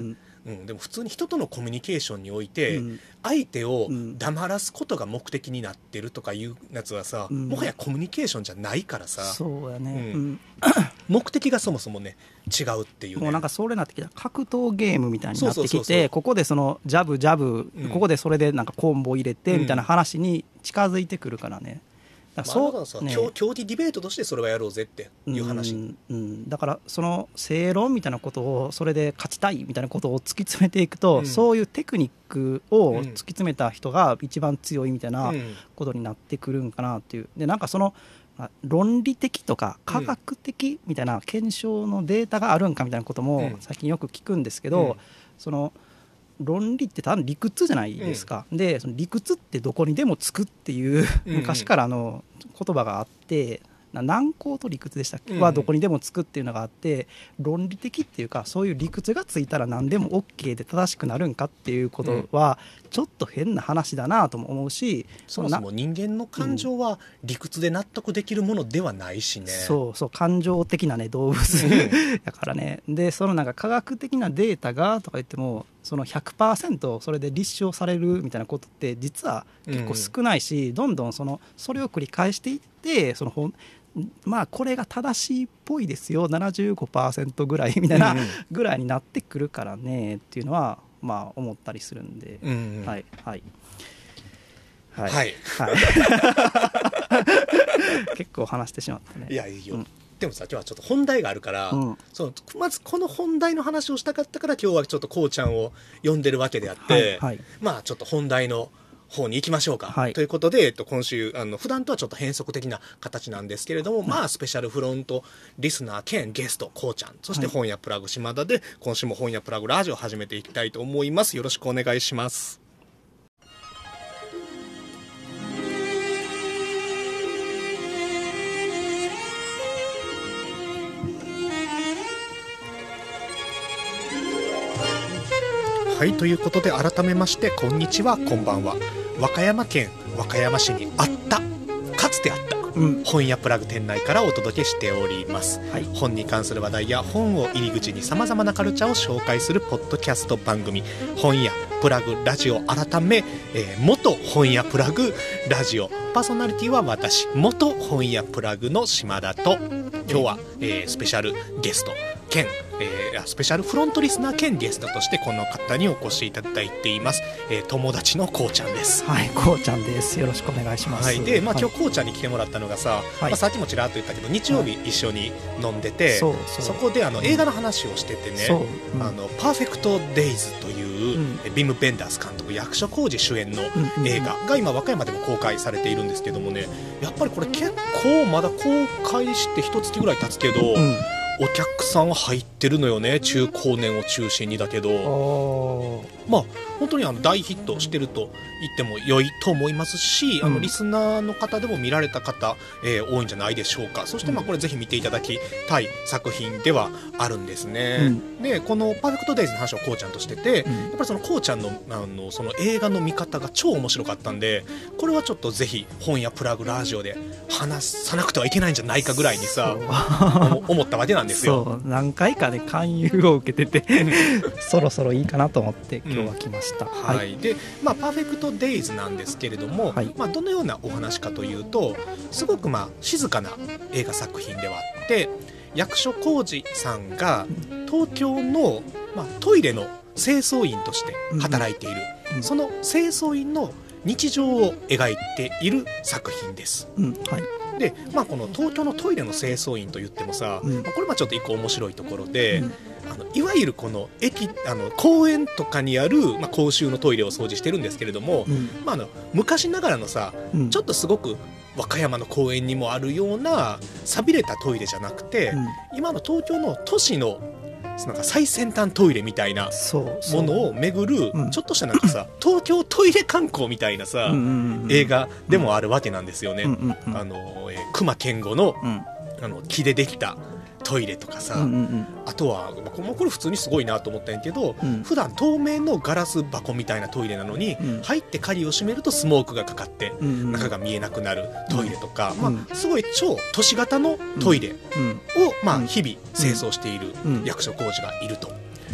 うん、でも普通に人とのコミュニケーションにおいて、 うん、 相手を黙らすことが目的になってるとかいうやつはさ、 うん、 もはやコミュニケーションじゃないからさ、 そうやね、 うん、目的がそもそもね違うっていう、ね、 もうなんかそれになってきた格闘ゲームみたいになってきて、ここでそのジャブジャブ、うん、ここでそれでなんかコンボ入れてみたいな話に近づいてくるからね、だからそう、 まあ、さ、 ね、 競技ディベートとしてそれはやろうぜっていう話、 うんうん、だからその正論みたいなことをそれで勝ちたいみたいなことを突き詰めていくと、うん、そういうテクニックを突き詰めた人が一番強いみたいなことになってくるんかなっていう。でなんかその論理的とか科学的みたいな検証のデータがあるんかみたいなことも最近よく聞くんですけど、うん、その論理って多分理屈じゃないですか、うん、でその理屈ってどこにでもつくっていう昔からの言葉があって、難航と理屈でしたっけ、うん、はどこにでもつくっていうのがあって、論理的っていうかそういう理屈がついたら何でも OK で正しくなるんかっていうことはちょっと変な話だなとも思うし、 そもそも人間の感情は理屈で納得できるものではないしね、うん、 そうそう感情的な、ね、動物だからね。でそのなんか科学的なデータがとか言ってもその ひゃくパーセント それで立証されるみたいなことって実は結構少ないし、うん、どんどんそのそれを繰り返していってその本まあこれが正しいっぽいですよ ななじゅうごパーセント ぐらいみたいなぐらいになってくるからねっていうのはまあ思ったりするんで、うんうん、はいはいはい、はいはい、 結構話してしまったね。 いやいいよ、うん、でもさ今日はちょっと本題があるから、うん、そのまずこの本題の話をしたかったから今日はちょっとこうちゃんを呼んでるわけであって、はいはい、まあちょっと本題の方に行きましょうか、はい、ということで、えっと、今週あの普段とはちょっと変則的な形なんですけれども、うん、まあスペシャルフロントリスナー兼ゲストこうちゃん、そして本屋プラグ島田で、はい、今週も本屋プラグラジオを始めていきたいと思います。よろしくお願いします。はい、ということで改めましてこんにちは、こんばんは。和歌山県和歌山市にあったかつてあった、うん、本屋プラグ店内からお届けしております、はい、本に関する話題や本を入り口にさまざまなカルチャーを紹介するポッドキャスト番組本屋プラグラジオ改め、えー、元本屋プラグラジオパーソナリティは私元本屋プラグの島田と、今日は、えー、スペシャルゲスト兼、えー、スペシャルフロントリスナー兼ゲストとしてこの方にお越しいただいています、えー、友達のこうちゃんです。 はい、こうちゃんです。よろしくお願いします。 はい、で、まあ、今日こうちゃんに来てもらったのがさ、はい、まあ、さっきもちらっと言ったけど日曜日一緒に飲んでて、はい、そうそう、そこであの映画の話をしててね、うん、あのパーフェクトデイズという、うん、ビム・ベンダース監督役所広司主演の映画が今和歌山でも公開されているんですけどもね、やっぱりこれ結構まだ公開して一月ぐらい経つけど、うん、お客さん入ってるのよね、中高年を中心にだけど、まあ本当にあの大ヒットしてると言っても良いと思いますし、うん、あのリスナーの方でも見られた方、えー、多いんじゃないでしょうか。そしてまあこれぜひ見ていただきたい作品ではあるんですね、うん、でこのパーフェクトデイズの話をこうちゃんとしてて、うん、やっぱりそのこうちゃんの、あのその映画の見方が超面白かったんで、これはちょっとぜひ本やプラグラジオで話さなくてはいけないんじゃないかぐらいにさ思ったわけなんですよ。 そう何回かね勧誘を受けててそろそろいいかなと思って今日は来ました、うん、 はい、はい、でまあパーフェクトデイズなんですけれども、はい、まあ、どのようなお話かというと、すごくまあ静かな映画作品ではあって、役所広司さんが東京の、まあ、トイレの清掃員として働いている、うん、その清掃員の日常を描いている作品です、うん、はい。で、まあ、この東京のトイレの清掃員といってもさ、うん、まあ、これはちょっと一個面白いところで、うん、あのいわゆるこの駅あの公園とかにある、まあ、公衆のトイレを掃除してるんですけれども、うん、まあ、あの昔ながらのさ、うん、ちょっとすごく和歌山の公園にもあるような寂れたトイレじゃなくて、うん、今の東京の都市のなんか最先端トイレみたいなものを巡る、うん、ちょっとしたなんかさ東京トイレ観光みたいなさ、うんうんうん、映画でもあるわけなんですよね、うんうんうん、あの、えー、熊健吾の、うん、あの木でできたトイレとかさ、うんうんうん、あとはこれ普通にすごいなと思ったんやけど、うん、普段透明のガラス箱みたいなトイレなのに、うん、入って鍵を閉めるとスモークがかかって、うん、中が見えなくなるトイレとか、うん、まあ、すごい超都市型のトイレを、うん、まあ、日々清掃している役所広司がいると。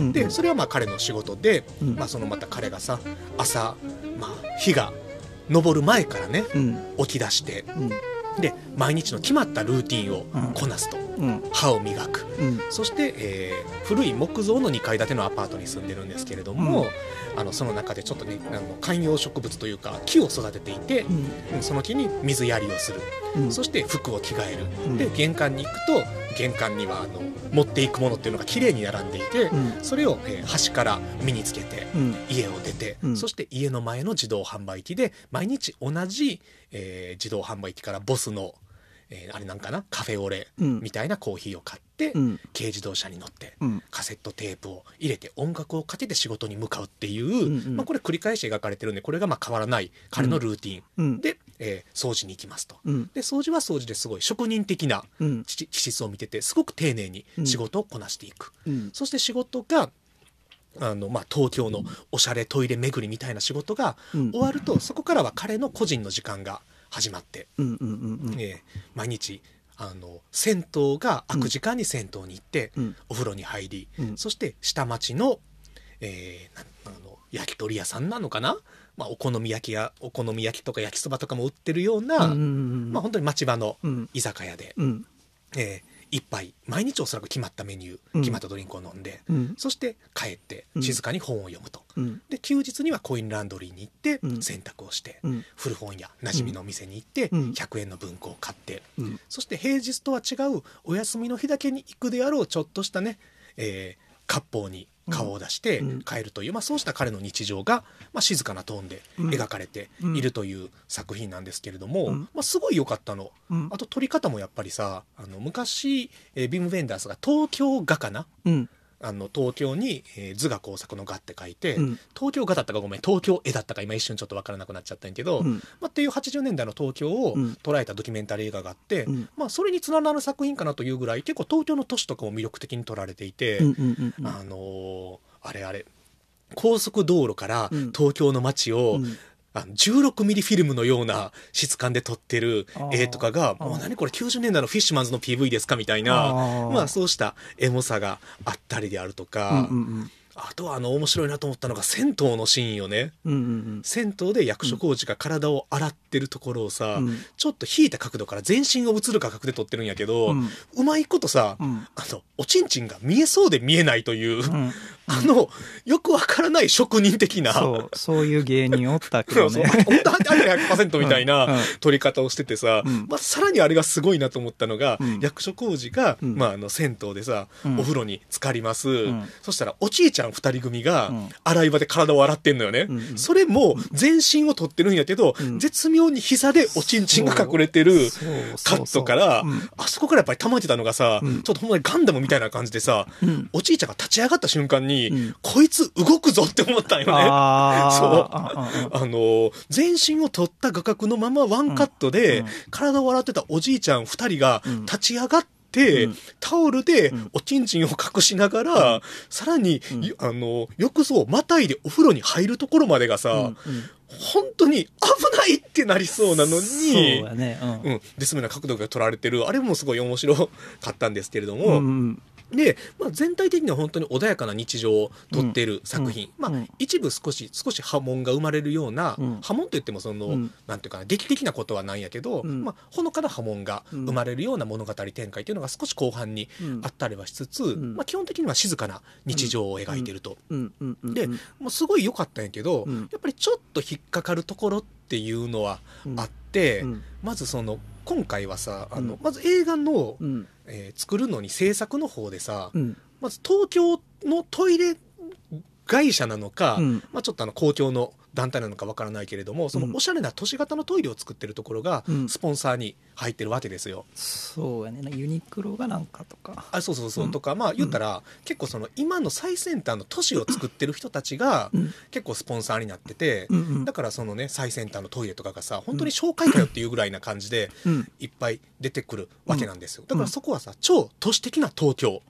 うんでそれはまあ彼の仕事で、 うんまあ、そのまた彼がさ朝、まあ、日が昇る前からねうん起き出してうんで毎日の決まったルーティンをこなすと、 うん歯を磨く、 うんそして、えー古い木造のにかい建てのアパートに住んでるんですけれども、 うんあのその中でちょっとねあの観葉植物というか木を育てていて、うんその木に水やりをする、 うんそして服を着替える、 うんで玄関に行くと玄関にはあの持っていくものっていうのが綺麗に並んでいて、 うんそれを、えー端から身につけて、 うん家を出て、 うんそして家の前の自動販売機で毎日同じ、えー自動販売機からボスの、えーあれなんかなカフェオレうんみたいなコーヒーを買って、 うん軽自動車に乗ってうんカセットテープを入れて音楽をかけて仕事に向かうっていう、 んうんまあ、これ繰り返し描かれてるんでこれがまあ変わらない彼のルーティン、 うんで、えー掃除に行きますと。 うんで掃除は掃除ですごい職人的なうん気気質を見ててすごく丁寧に仕事をこなしていく、 うんそして仕事があの、まあ、東京のおしゃれトイレ巡りみたいな仕事がうん終わるとそこからは彼の個人の時間が始まって、 うんうんうんえー毎日あの銭湯が開く時間に銭湯に行って、 うんお風呂に入り、 うんそして下町の、えーなあの焼き鳥屋さんなのかな、まあ、お好み焼きやお好み焼きとか焼きそばとかも売ってるような、 うんうんまあ、本当に町場のうん居酒屋で、 うんえー一杯毎日おそらく決まったメニュー、 うん決まったドリンクを飲んで、 うんそして帰ってうん静かに本を読むと、 うんで休日にはコインランドリーに行ってうん洗濯をして、 うん古本屋馴染みのお店に行ってうんひゃくえんの文庫を買って、 うんそして平日とは違うお休みの日だけに行くであろうちょっとしたね、えー割烹に顔を出してうん帰るという、まあ、そうした彼の日常が、まあ、静かなトーンで描かれているという作品なんですけれども、 うんまあ、すごい良かったの。 うんあと撮り方もやっぱりさあの昔、えービーム・ベンダースが東京画かなうんあの東京に、えー図画工作の画って書いて、 うん東京画だったかごめん東京絵だったか今一瞬ちょっと分からなくなっちゃったんやけど、 うんまあ、っていうはちじゅうねんだいの東京をうん捉えたドキュメンタリー映画があって、 うんまあ、それにつながる作品かなというぐらい結構東京の都市とかも魅力的に撮られていて、 うんうんうんあのーあれあれ高速道路からうん東京の街を、 うんあのじゅうろくミリフィルムのような質感で撮ってる絵とかがあーもう何これきゅうじゅうねんだいのフィッシュマンズの ピーブイ ですかみたいなあーまあそうしたエモさがあったりであるとか、 うんうんあとはあの面白いなと思ったのが銭湯のシーンよね。 うんうんうん銭湯で役所広司が体を洗ってるところをさ、 うんちょっと引いた角度から全身を映る画角で撮ってるんやけど、 ううんまいことさ、 うんあのおちんちんが見えそうで見えないという、 うんあのよくわからない職人的なそうそういう芸人おったけそうそうどね本当あれひゃくパーセントみたいなうんうん撮り方をしててさ、 うんまあ、さらにあれがすごいなと思ったのが、 うん役所広司が、 うんまあ、あの銭湯でさ、 うんお風呂に浸かります、 んそしたらおじいちゃんふたり組がうん洗い場で体を洗ってんのよね、 うんうんそれも全身を撮ってるんやけど、 うん絶妙に膝でおちんちんが隠れてるそうカットから、 うんあそこからやっぱり溜まってたのがさ、 うんちょっとほんまにガンダムみたいな感じでさ、 うんおじいちゃんが立ち上がった瞬間に、 うんこいつ動くぞって思ったんよね。 あーそうあああの全身を取った画角のままワンカットで、 うんうん体を洗ってたおじいちゃんふたりがうん立ち上がって、 うんタオルでうんおちんちんを隠しながら、 うんさらに、 うんいあの浴槽をまたいでお風呂に入るところまでがさ、 うんうん本当に危ないってなりそうなのにそうやねうんうん、で、そういうような角度が取られてるあれもすごい面白かったんですけれども、 うんうんで、まあ、全体的には本当に穏やかな日常を撮っている作品、まあうんうん一部少し少し波紋が生まれるような、 うん波紋といってもその、 うんなんていうかな劇的なことはないんやけど、 うんまあ、ほのかな波紋が生まれるような物語展開というのが少し後半にうんあったりはしつつ、 んまあ、基本的には静かな日常を描いていると。 うんうんうんでもうすごい良かったんやけど、 うんやっぱりちょっと引っかかるところっていうのはあって、 うんまずその今回はさあの、 うんまず映画の、 うんえー作るのに制作の方でさ、 うんまず東京のトイレ会社なのか、 うんまあ、ちょっとあの公共の団体なのかわからないけれどもそのおしゃれな都市型のトイレを作ってるところがうんスポンサーに入ってるわけですよ。 そうやねユニクロがなんかとかあそうそうそう、 うんとかまあ言ったら、結構その今の最先端の都市を作ってる人たちがうん結構スポンサーになってて、 うんうんだからそのね最先端のトイレとかがさ本当に紹介かよっていうぐらいな感じでうんいっぱい出てくるわけなんですよ。だからそこはさ超都市的な東京うん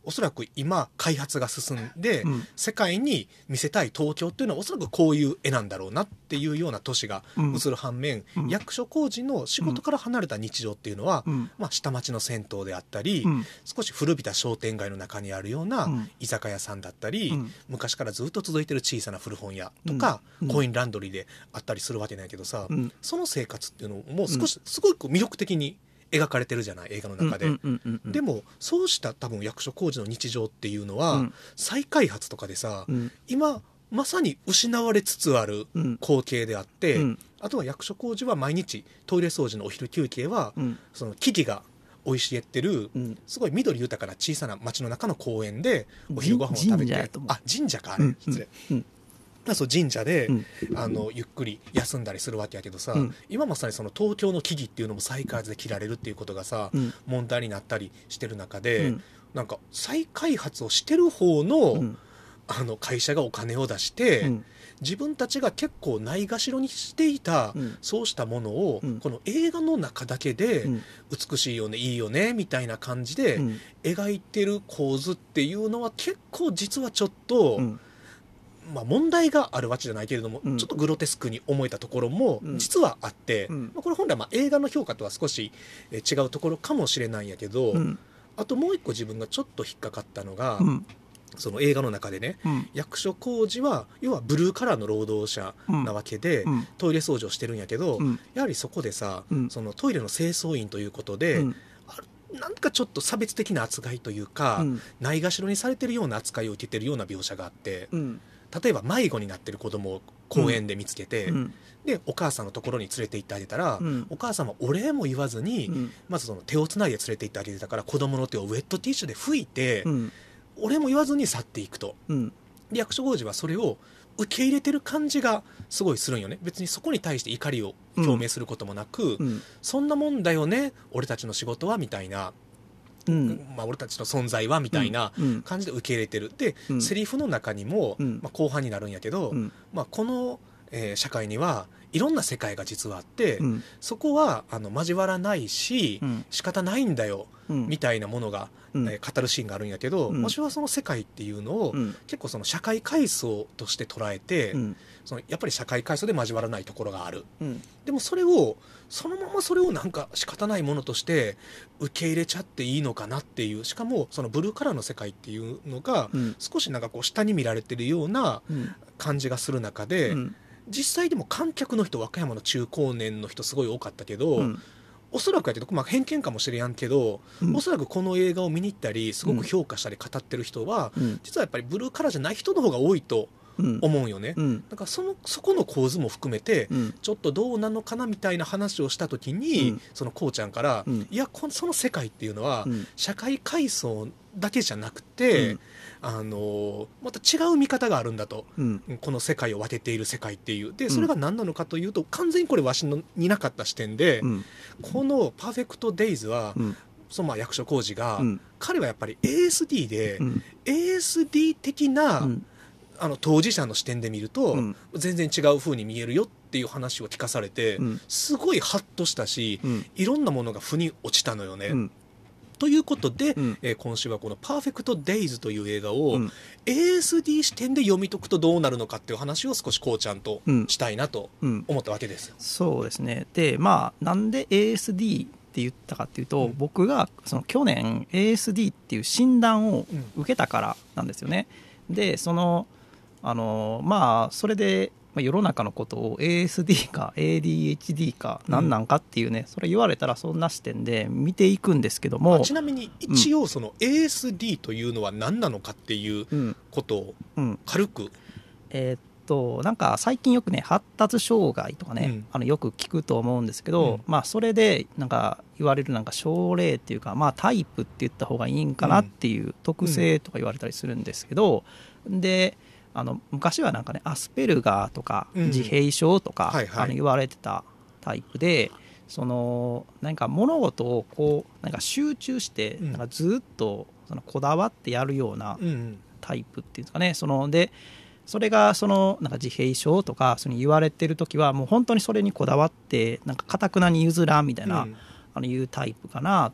おそらく今開発が進んで、 うん、 世界に見せたい東京っていうのはおそらくこういう絵なんだろうなっていうような都市が映る反面、 うん、 役所広司の仕事から離れた日常っていうのは、うん、まあ、下町の銭湯であったり、うん、少し古びた商店街の中にあるような居酒屋さんだったり、うん、昔からずっと続いてる小さな古本屋とか、うん、コインランドリーであったりするわけなんやけどさ、うん、その生活っていうのも少しすごく魅力的に描かれてるじゃない、映画の中で、うんうんうんうん、でもそうした多分役所広司の日常っていうのは、うん、再開発とかでさ、うん、今まさに失われつつある光景であって、うん、あとは役所広司は毎日トイレ掃除のお昼休憩は、うん、その木々が生い茂ってる、うん、すごい緑豊かな小さな町の中の公園でお昼ご飯を食べて、あ、神社かあれ、うん、失礼、うんうんそう神社で、うん、あのゆっくり休んだりするわけやけどさ、うん、今まさにその東京の木々っていうのも再開発で切られるっていうことがさ、うん、問題になったりしてる中で、うん、なんか再開発をしてる方の、うん、あの会社がお金を出して、うん、自分たちが結構ないがしろにしていた、うん、そうしたものを、うん、この映画の中だけで、うん、美しいよねいいよねみたいな感じで、うん、描いてる構図っていうのは結構実はちょっと、うんまあ、問題があるわけじゃないけれども、うん、ちょっとグロテスクに思えたところも実はあって、うんまあ、これ本来はまあ映画の評価とは少し違うところかもしれないんやけど、うん、あともう一個自分がちょっと引っかかったのが、うん、その映画の中でね、うん、役所広司は要はブルーカラーの労働者なわけで、うん、トイレ掃除をしてるんやけど、うん、やはりそこでさ、うん、そのトイレの清掃員ということで、うんなんかちょっと差別的な扱いというか、うん、ないがしろにされてるような扱いを受けてるような描写があって、うん例えば迷子になってる子供を公園で見つけて、うん、でお母さんのところに連れて行ってあげたら、うん、お母さんはお礼も言わずに、うん、まずその手をつないで連れて行ってあげてたから子供の手をウェットティッシュで拭いて、うん、お礼も言わずに去っていくと、うん、で役所広司はそれを受け入れてる感じがすごいするんよね。別にそこに対して怒りを表明することもなく、うん、そんなもんだよね俺たちの仕事はみたいなうんまあ、俺たちの存在はみたいな感じで受け入れてる、で、うん、セリフの中にも、うんまあ、後半になるんやけど、うんまあ、この、えー、社会にはいろんな世界が実はあって、うん、そこはあの交わらないし、うん、仕方ないんだよ、うん、みたいなものが、うんえー、語るシーンがあるんやけど、うん、私はその世界っていうのを、うん、結構その社会階層として捉えて、うん、そのやっぱり社会階層で交わらないところがある、うん、でもそれをそのままそれをなんか仕方ないものとして受け入れちゃっていいのかなっていう、しかもそのブルーカラーの世界っていうのが少しなんかこう下に見られてるような感じがする中で、うん、実際でも観客の人和歌山の中高年の人すごい多かったけど、うん、おそらくやけど、まあ、偏見かもしれやんけど、うん、おそらくこの映画を見に行ったりすごく評価したり語ってる人は、うん、実はやっぱりブルーカラーじゃない人の方が多いと思うよね、うん、だからそのそこの構図も含めて、うん、ちょっとどうなのかなみたいな話をした時に、うん、そのこうちゃんから、うん、いやこその世界っていうのは、うん、社会階層だけじゃなくて、うん、あのまた違う見方があるんだと、うん、この世界を分けている世界っていうで、それが何なのかというと、完全にこれわしのになかった視点で、うん、このパーフェクトデイズは、うんそのまあ役所広司が、うん、彼はやっぱり エーエスディー で、うん、エーエスディー 的な、うんあの当事者の視点で見ると、うん、全然違う風に見えるよっていう話を聞かされて、うん、すごいハッとしたし、うん、いろんなものが腑に落ちたのよね、うん、ということで、うんえー、今週はこのパーフェクトデイズという映画を、うん、エーエスディー 視点で読み解くとどうなるのかっていう話を少しこうちゃんとしたいなと思ったわけです、 うんうん、そうですね。でまあなんで エーエスディーって言ったかっていうと、うん、僕がその去年 エーエスディー っていう診断を受けたからなんですよね、うん、でそのあのまあそれで世の中のことを エーエスディー か エーディーエイチディー か何なんかっていうね、うん、それ言われたらそんな視点で見ていくんですけども、 ちなみに一応その エーエスディー というのは何なのかっていうことを軽く、うんうん、 えー、っとなんか最近よくね発達障害とかね、うん、あのよく聞くと思うんですけど、うん、まあそれでなんか言われるなんか症例っていうか、まあタイプって言った方がいいんかなっていう特性とか言われたりするんですけど、であの昔はなんかねアスペルガーとか自閉症とか、うんはいはい、あの言われてたタイプで、そのなんか物事をこうなんか集中してなんかずっとそのこだわってやるようなタイプっていうんですかね。そのでそれがそのなんか自閉症とかその言われてる時はもう本当にそれにこだわってなんか堅くなに譲らんみたいな、うん、あのいうタイプかなと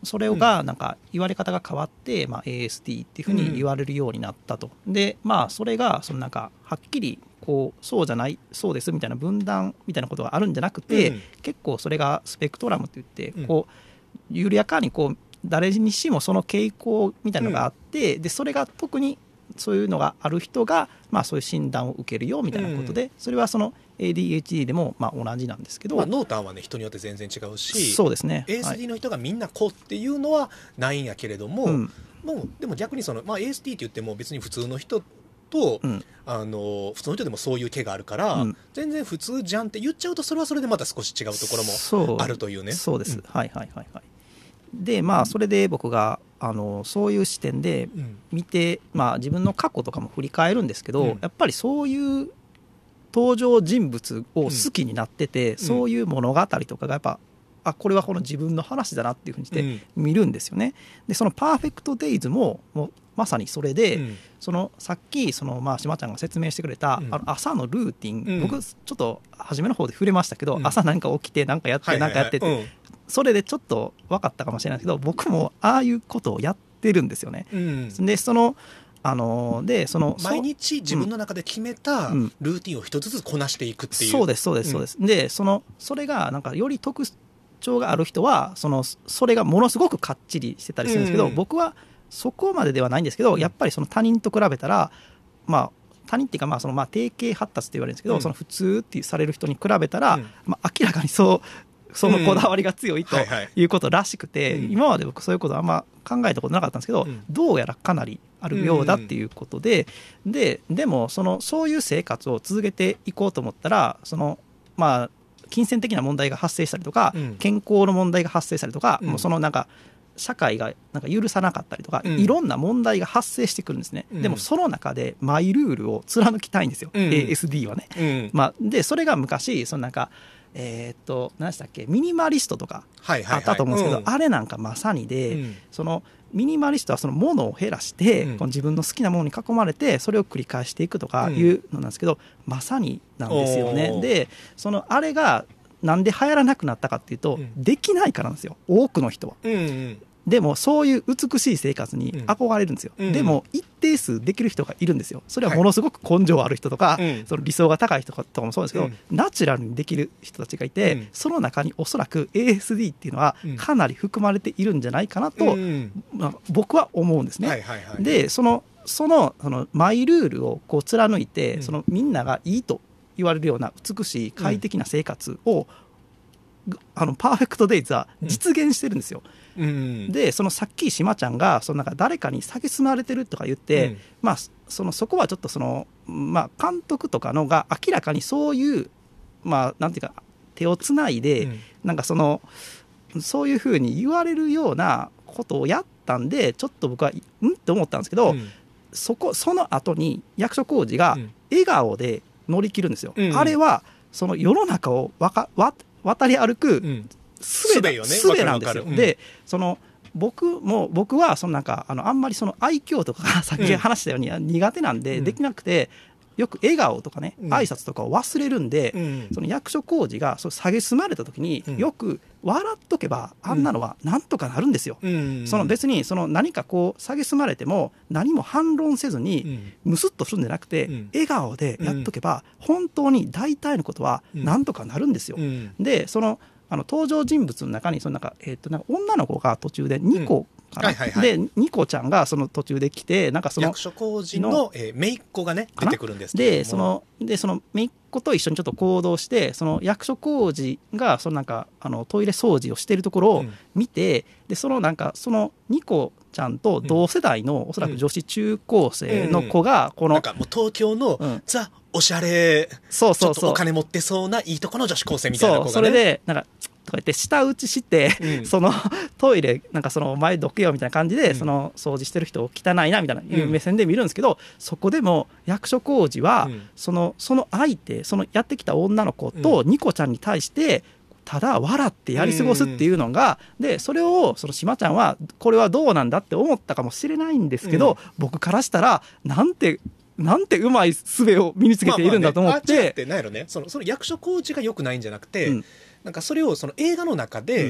それがなんか言われ方が変わって、まあ、エーエスディー っていうふうに言われるようになったと。でまあそれがそのなんかはっきりこうそうじゃないそうですみたいな分断みたいなことがあるんじゃなくて、うん、結構それがスペクトラムって言ってこう緩やかにこう誰にしもその傾向みたいなのがあって、うん、でそれが特にそういうのがある人が、まあ、そういう診断を受けるよみたいなことで、うん、それはその エーディーエイチディー でもまあ同じなんですけど、 まあ、濃淡はね人によって全然違うし、 そうですね、 エーエスディー の人がみんなこうっていうのはないんやけれども、うん、もうでも逆にその、まあ、エーエスディー って言っても別に普通の人と、うん、あの普通の人でもそういう毛があるから、うん、全然普通じゃんって言っちゃうとそれはそれでまた少し違うところもあるというね。 そうです、うん、はいはいはいはい。でまあそれで僕があのそういう視点で見て、うんまあ、自分の過去とかも振り返るんですけど、うん、やっぱりそういう登場人物を好きになってて、うん、そういう物語とかがやっぱあこれはこの自分の話だなっていうふうにして見るんですよね。でそのパーフェクトデイズももうまさにそれで、うん、そのさっきその、まあ、島ちゃんが説明してくれた、うん、あの朝のルーティン、うん、僕ちょっと初めの方で触れましたけど、うん、朝なんか起きてなんかやってなんかやってって、はいはいはい、それでちょっと分かったかもしれないですけど僕もああいうことをやってるんですよね、うん、でそのあのでその毎日自分の中で決めたルーティンを一つずつこなしていくっていう、 うん、そうですそうですそうです、うん、でそのそれがなんかより特徴がある人はそのそれがものすごくかっちりしてたりするんですけど、うん、僕はそこまでではないんですけど、やっぱりその他人と比べたら、まあ、他人っていうかまあそのまあ定型発達って言われるんですけど、うん、その普通ってされる人に比べたら、うんまあ、明らかにそうそのこだわりが強いということらしくて、うんはいはい、今まで僕そういうことはあんま考えたことなかったんですけど、うん、どうやらかなりあるようだっていうことで、うん、で, でもそのそういう生活を続けていこうと思ったらそのまあ金銭的な問題が発生したりとか、うん、健康の問題が発生したりとか、うん、もうそのなんか社会がなんか許さなかったりとか、うん、いろんな問題が発生してくるんですね、うん、でもその中でマイルールを貫きたいんですよ、うん、エーエスディー はね、うんまあ、でそれが昔そのなんかえー、っと何でしたっけミニマリストとかあったと思うんですけど、はいはいはいうん、あれなんかまさにで、うん、そのミニマリストはそのものを減らして、うん、この自分の好きなものに囲まれてそれを繰り返していくとかいうのなんですけど、うん、まさになんですよね。でそのあれがなんで流行らなくなったかっていうと、うん、できないからなんですよ多くの人は、うんうんでもそういう美しい生活に憧れるんですよ、うん、でも一定数できる人がいるんですよ。それはものすごく根性ある人とか、はい、その理想が高い人とかもそうですけど、うん、ナチュラルにできる人たちがいて、うん、その中におそらく エーエスディー っていうのはかなり含まれているんじゃないかなと、うんまあ、僕は思うんですね、はいはいはい、でそのその、そのマイルールをこう貫いて、うん、そのみんながいいと言われるような美しい快適な生活を、うん、あのパーフェクトデイズは実現してるんですよ、うん、でそのさっき島ちゃんがそのなんか誰かに蔑まれてるとか言って、うんまあ、そのそこはちょっとその、まあ、監督とかのが明らかにそういう、まあ、なんていうか手をつないで、うん、なんかそのそういうふうに言われるようなことをやったんでちょっと僕はうんって思ったんですけど、うん、そこその後に役所広司が笑顔で乗り切るんですよ、うん、あれはその世の中をわかわ渡り歩く、うんすべよね、すべなんですよ、うん、でその僕も僕はそのなんかあのあんまりその愛嬌とかさっき話したように苦手なんで、うん、できなくてよく笑顔とかね、うん、挨拶とかを忘れるんで、うん、その役所広司がそ蔑まれた時に、うん、よく笑っとけばあんなのはなんとかなるんですよ、うん、その別にその何かこう蔑まれても何も反論せずにムスッとするんじゃなくて、うん、笑顔でやっとけば本当に大体のことはなんとかなるんですよ、うん、でそのあの登場人物の中にそのなんか、えー、となんか女の子が途中でニコかな、うんはいはいはい、でニコちゃんがその途中で来てなんかその役所広司の、えー、姪っ子がね出てくるんですけどもでそのでその姪っ子と一緒にちょっと行動してその役所広司がそのなんかあのトイレ掃除をしているところを見て、うん、でそのなんかそのニコちゃんと同世代の、うん、おそらく女子中高生の子がこの、うんうん、 なんかもう東京の、うん、ザおしゃれそうそうそうちょっとお金持ってそうないいとこの女子高生みたいな子がねそうそれでなんかとか言って舌打ちして、うん、そのトイレなんかその前どけよみたいな感じで、うん、その掃除してる人を汚いなみたいないう目線で見るんですけど、うん、そこでも役所広司は、うん、そのその相手そのやってきた女の子とニコちゃんに対してただ笑ってやり過ごすっていうのが、うん、でそれをその島ちゃんはこれはどうなんだって思ったかもしれないんですけど、うん、僕からしたらなんてなんてうまい術を身につけているんだと思って、まあまあね、 あってないのねそのその役所広司が良くないんじゃなくて、うんなんかそれをその映画の中で、うん、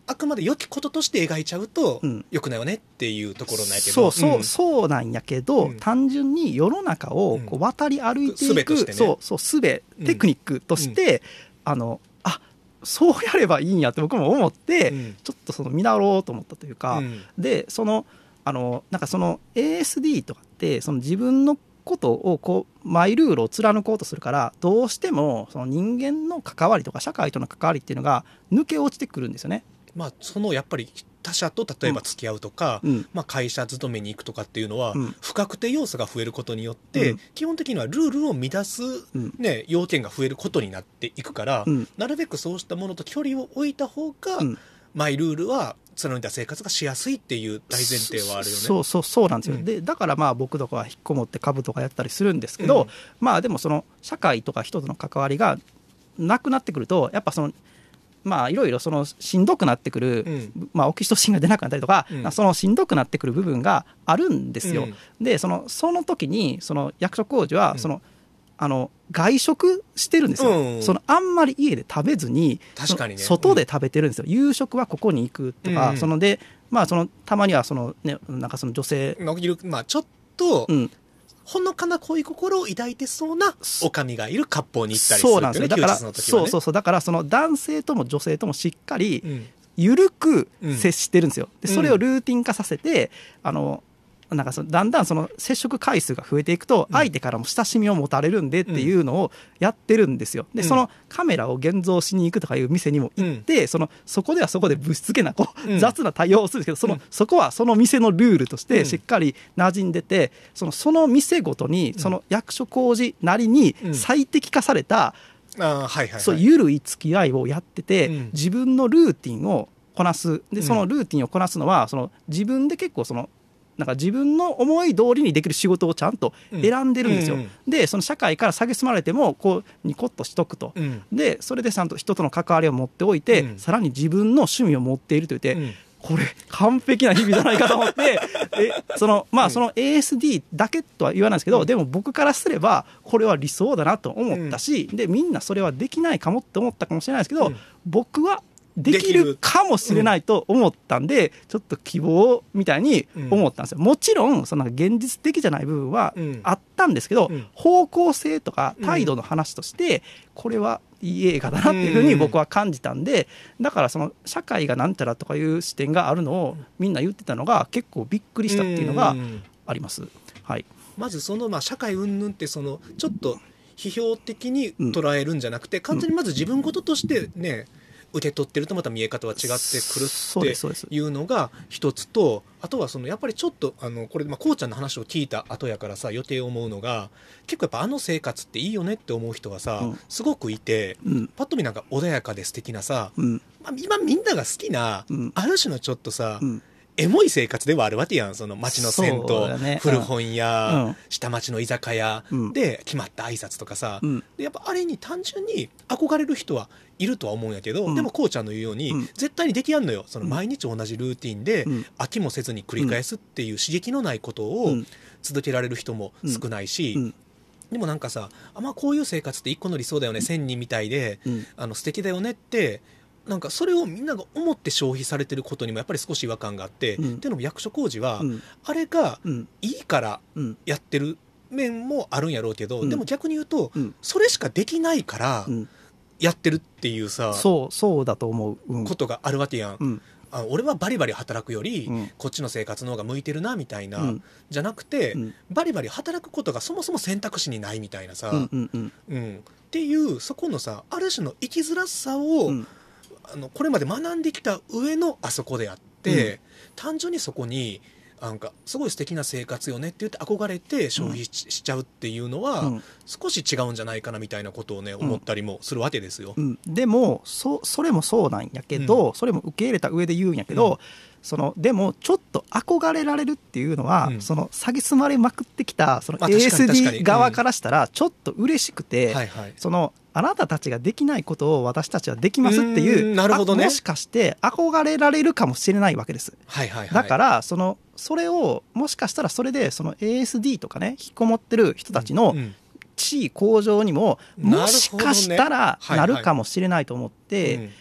あくまで良きこととして描いちゃうと、 うん、 良くないよねっていうところなんやけど、 ど、 そうそう、うん、そうなんやけど、うん、単純に世の中をこう渡り歩いていく、うんね、そうそう術テクニックとして、うん、あのあそうやればいいんやって僕も思って、うん、ちょっとその見習おうと思ったというか、うん、でそのあのなんかその エーエスディー とかってその自分のことをこうマイルールを貫こうとするからどうしてもその人間の関わりとか社会との関わりっていうのが抜け落ちてくるんですよね。 まあ、そのやっぱり他者と例えば付き合うとか、うんまあ、会社勤めに行くとかっていうのは、うん、不確定要素が増えることによって、うん、基本的にはルールを乱す、ね、要件が増えることになっていくから、うん、なるべくそうしたものと距離を置いた方が、うん、マイルールは貫いた生活がしやすいっていう大前提はあるよね。 そうそうそうなんですよ、うん、でだからまあ僕とかは引っこもって株とかやったりするんですけど、うん、まあでもその社会とか人との関わりがなくなってくるとやっぱそのまあいろいろそのしんどくなってくる、うんまあ、オキシトシンが出なくなったりとか、うん、そのしんどくなってくる部分があるんですよ、うん、でそのその時にその役所広司はその、うん、あの外食してるんですよ、うんうん、そのあんまり家で食べずに確かに、ね、 外で食べてるんですよ、うん、夕食はここに行くとか、うんうん、そのでまあそのたまにはその、ね、なんかその女性、 まあ、ちょっと、うんほのかな恋心を抱いてそうなおかみがいる割烹に行ったりするっていうね。 そうなんですよ。だから、ね、そうそうそうだからその男性とも女性ともしっかり緩く接してるんですよ、うん、でそれをルーティン化させて、あのなんかそのだんだんその接触回数が増えていくと相手からも親しみを持たれるんでっていうのをやってるんですよ。でそのカメラを現像しに行くとかいう店にも行って、うん、そのそこではそこでぶしつけなこう、うん、雑な対応をするんですけど、その、うん、そこはその店のルールとしてしっかり馴染んでて、そのその店ごとにその役所広司なりに最適化された、 うんあはいはいはい、 そう緩い付き合いをやってて、うん、自分のルーティンをこなす。でそのルーティンをこなすのはその自分で結構そのなんか自分の思い通りにできる仕事をちゃんと選んでるんですよ、うんうんうん、でその社会から蔑まれてもこうニコッとしとくと、うん、でそれでちゃんと人との関わりを持っておいて、うん、さらに自分の趣味を持っていると言って、うん、これ完璧な日々じゃないかと思ってえそのまあその エーエスディー だけとは言わないですけど、うん、でも僕からすればこれは理想だなと思ったし、うん、でみんなそれはできないかもって思ったかもしれないですけど、うん、僕はできるかもしれないと思ったんで、うん、ちょっと希望みたいに思ったんですよ、うん、もちろんその現実的じゃない部分はあったんですけど、うん、方向性とか態度の話としてこれはいい映画だなっていうふうに僕は感じたんで、だからその社会がなんちゃらとかいう視点があるのをみんな言ってたのが結構びっくりしたっていうのがあります、はい、 まずそのまあ社会云々ってそのちょっと批評的に捉えるんじゃなくて、完全にまず自分事としてね受け取ってるとまた見え方は違ってくるっていうのが一つと、あとはそのやっぱりちょっとあのこれまあこうちゃんの話を聞いた後やからさ余計思うのが、結構やっぱあの生活っていいよねって思う人がさ、うん、すごくいて、うん、パッと見なんか穏やかで素敵なさ、うんまあ、今みんなが好きな、うん、ある種のちょっとさ、うんエモい生活ではあるわけやん。その街の銭湯、ね、古本屋、うん、下町の居酒屋で決まった挨拶とかさ、うん、でやっぱあれに単純に憧れる人はいるとは思うんやけど、うん、でもこうちゃんの言うように、うん、絶対にできやんのよ。その毎日同じルーティンで、うん、飽きもせずに繰り返すっていう刺激のないことを続けられる人も少ないし、うんうんでもなんかさ、あ、まあ、こういう生活って一個の理想だよね、千人みたいで、うん、あの素敵だよねってなんかそれをみんなが思って消費されてることにもやっぱり少し違和感があって、うん、っていうのも役所広司は、うん、あれがいいからやってる面もあるんやろうけど、うん、でも逆に言うと、うん、それしかできないからやってるっていうさ、うん、 そうそうだと思う、 うん、ことがあるわけやん、うんあ俺はバリバリ働くより、うん、こっちの生活の方が向いてるなみたいな、うん、じゃなくて、うん、バリバリ働くことがそもそも選択肢にないみたいなさ、うんうんうんうん、っていうそこのさある種の生きづらさを、うんあのこれまで学んできた上のあそこであって、うん、単純にそこになんかすごい素敵な生活よねって言って憧れて消費 し,、うん、しちゃうっていうのは、うん、少し違うんじゃないかなみたいなことをね思ったりもするわけですよ、 うんうん、でも そ, それもそうなんやけど、うん、それも受け入れた上で言うんやけど、うんそのでもちょっと憧れられるっていうのは、うん、その蔑まれまくってきたその エーエスディー 側からしたらちょっと嬉しくて、うんはいはい、そのあなたたちができないことを私たちはできますっていう、 なるほどね、 もしかして憧れられるかもしれないわけです、 はいはいはい、 だからそのそれをもしかしたらそれでその エーエスディー とかね引きこもってる人たちの地位向上にももしかしたらなるかもしれないと思って、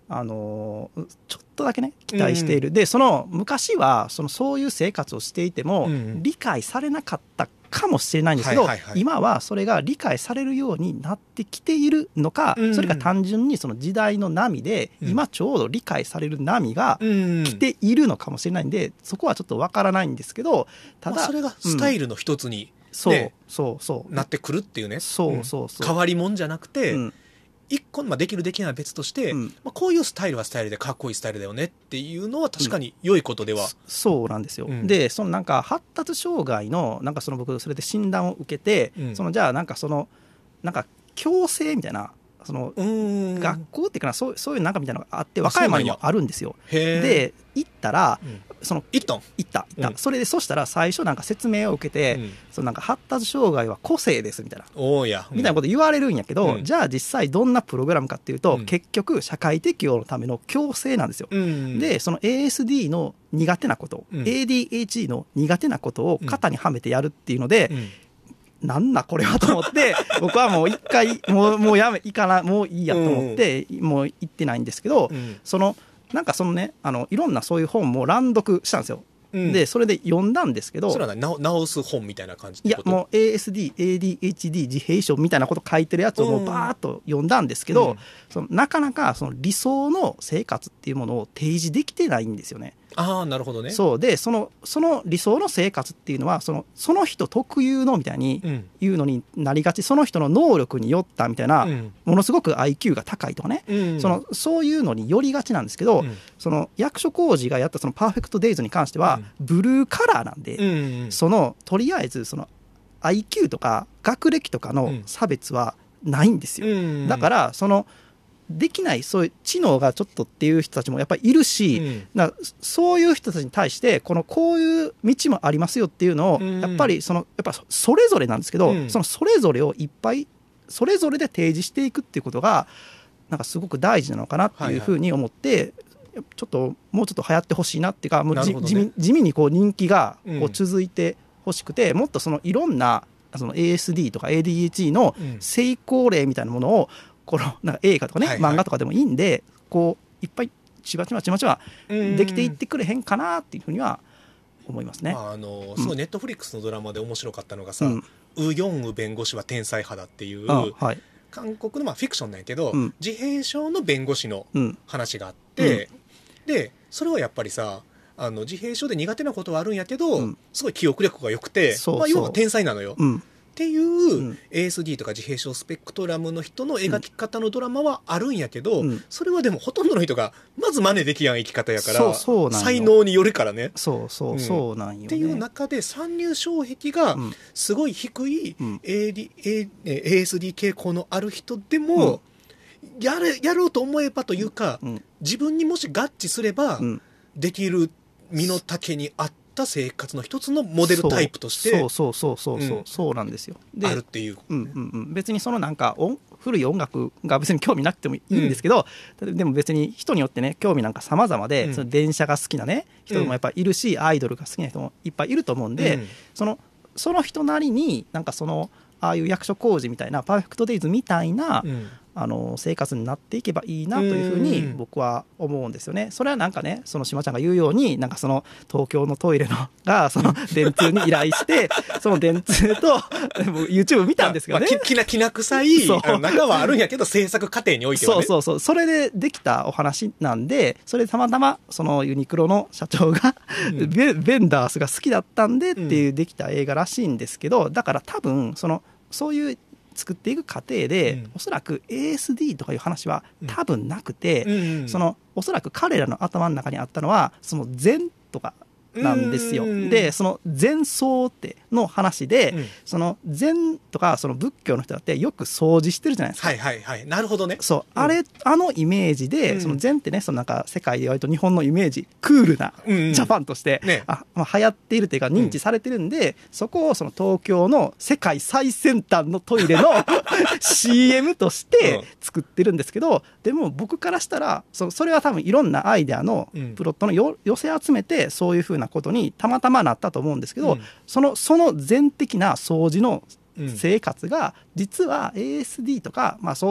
あのちょっとだけね期待している、うん、でその昔はそのそういう生活をしていても、うん、理解されなかったかもしれないんですけど、はいはいはい、今はそれが理解されるようになってきているのか、うん、それか単純にその時代の波で、うん、今ちょうど理解される波が来ているのかもしれないんで、そこはちょっとわからないんですけど、ただ、まあ、 それがスタイルの一つに、ね、 そうそうそうなってくるっていうね、 そうそうそう、 変わりもんじゃなくて、 うん一個、まあ、できるできないは別として、うんまあ、こういうスタイルはスタイルでかっこいいスタイルだよねっていうのは確かに良いことでは、うん、 そうなんですよ、うん、でそのなんか発達障害のなんかその僕それで診断を受けて、うん、そのじゃあなんかそのなんか矯正みたいなその学校っていうかな、そう、そういうなんかみたいなのがあって和歌山にもあるんですよ。で行ったら、うん、その行ったん行った行った、うん、それでそしたら最初なんか説明を受けて、うん、そのなんか発達障害は個性ですみたいなおーや、うん、 みたいなこと言われるんやけど、 うん、 じゃあ実際どんなプログラムかっていうと、 うん、 結局社会適応のための矯正なんですよ、うん、でその エーエスディー の苦手なこと、うん、エーディーエイチディー の苦手なことを型にはめてやるっていうので、うんうんなんだこれはと思って僕はもう一回もう、もうやめいかなもういいやと思って、うん、もう行ってないんですけど、うん、そのなんかそのねあのいろんなそういう本も乱読したんですよ、うん、でそれで読んだんですけど、 それは直す本みたいな感じってこと？ いやもう エーエスディー、エーディーエイチディー 自閉症みたいなこと書いてるやつをもうバーッと読んだんですけど、うん、そのなかなかその理想の生活っていうものを提示できてないんですよね。 ああなるほどね。 そうでそのその理想の生活っていうのはそのその人特有のみたいに言うのになりがち、うん、その人の能力によったみたいな、うん、ものすごく アイキュー が高いとかね、うん、そのそういうのによりがちなんですけど、うん、その役所広司がやったそのパーフェクトデイズに関しては、うん、ブルーカラーなんで、うん、そのとりあえずその アイキュー とか学歴とかの差別はないんですよ、うん、だからそのできないそういう知能がちょっとっていう人たちもやっぱりいるし、うん、だそういう人たちに対してこのこういう道もありますよっていうのを、うん、やっぱりそのやっぱそれぞれなんですけど、うん、そのそれぞれをいっぱいそれぞれで提示していくっていうことがなんかすごく大事なのかなっていうふうに思って、はいはい、ちょっともうちょっと流行ってほしいなっていうかもう、ね、地味、地味にこう人気がこう続いてほしくて、うん、もっとそのいろんなその エーエスディー とか エーディーエイチディー の成功例みたいなものをこのなんか映画とかね、はいはい、漫画とかでもいいんでこういっぱいちまちまちまちまできていってくれへんかなっていうふうには思いますね。 あのすごいネットフリックスのドラマで面白かったのがさ、うん、ウ・ヨンウ弁護士は天才派だっていう、はい、韓国のまあフィクションなんやけど、うん、自閉症の弁護士の話があって、うん、でそれはやっぱりさあの自閉症で苦手なことはあるんやけど、うん、すごい記憶力が良くて、そうそう、まあ、要は天才なのよ、うんっていう、うん、エーエスディー とか自閉症スペクトラムの人の描き方のドラマはあるんやけど、うん、それはでもほとんどの人がまず真似できやん生き方やから、そうそう才能によるからね。 そうそうそうなんよね。 っていう中で参入障壁がすごい低い エーディー、エーエスディー 傾向のある人でも、うん、やれ、やろうと思えばというか、うん、自分にもし合致すればできる身の丈にあって生活の一つのモデルタイプとしてそうそうそうそうそう、うん、そうなんですよ。であるっていう、 うんうんうん、別にそのなんか音古い音楽が別に興味なくてもいいんですけど、うん、でも別に人によってね興味なんか様々で、うん、その電車が好きなね人もやっぱいるし、うん、アイドルが好きな人もいっぱいいると思うんで、うん、そのその人なりになんかそのああいう役所広司みたいなパーフェクトデイズみたいな、うんあの生活になっていけばいいなというふうに僕は思うんですよね。それはなんかねその島ちゃんが言うようになんかその東京のトイレのがその電通に依頼してその電通とYouTube 見たんですけどね、 まあ、きなきな臭い中はあるんやけど制作過程においてはねそうそうそうそれでできたお話なんでそれでたまたまそのユニクロの社長が、うん、ベ, ベンダースが好きだったんでっていうできた映画らしいんですけどだから多分そのそういう作っていく過程で、うん、おそらく エーエスディー とかいう話は多分なくて、うんうんうん、そのおそらく彼らの頭の中にあったのはその禅とかなんですよ。でその禅僧っての話で、うん、その禅とかその仏教の人だってよく掃除してるじゃないですか。 はいはいはいなるほどね。 そう、うん、あれあのイメージで、うん、その禅ってねそのなんか世界で割と日本のイメージクールなジャパンとして、うんうんねあまあ、流行っているというか認知されてるんで、うん、そこをその東京の世界最先端のトイレのシーエム として作ってるんですけど、でも僕からしたら そ, それは多分いろんなアイデアのプロットのよ、うん、寄せ集めてそういう風なことにたまたまなったと思うんですけど、うん、そのその全的な掃除の生活が実は エーエスディー とか、まあ、そういう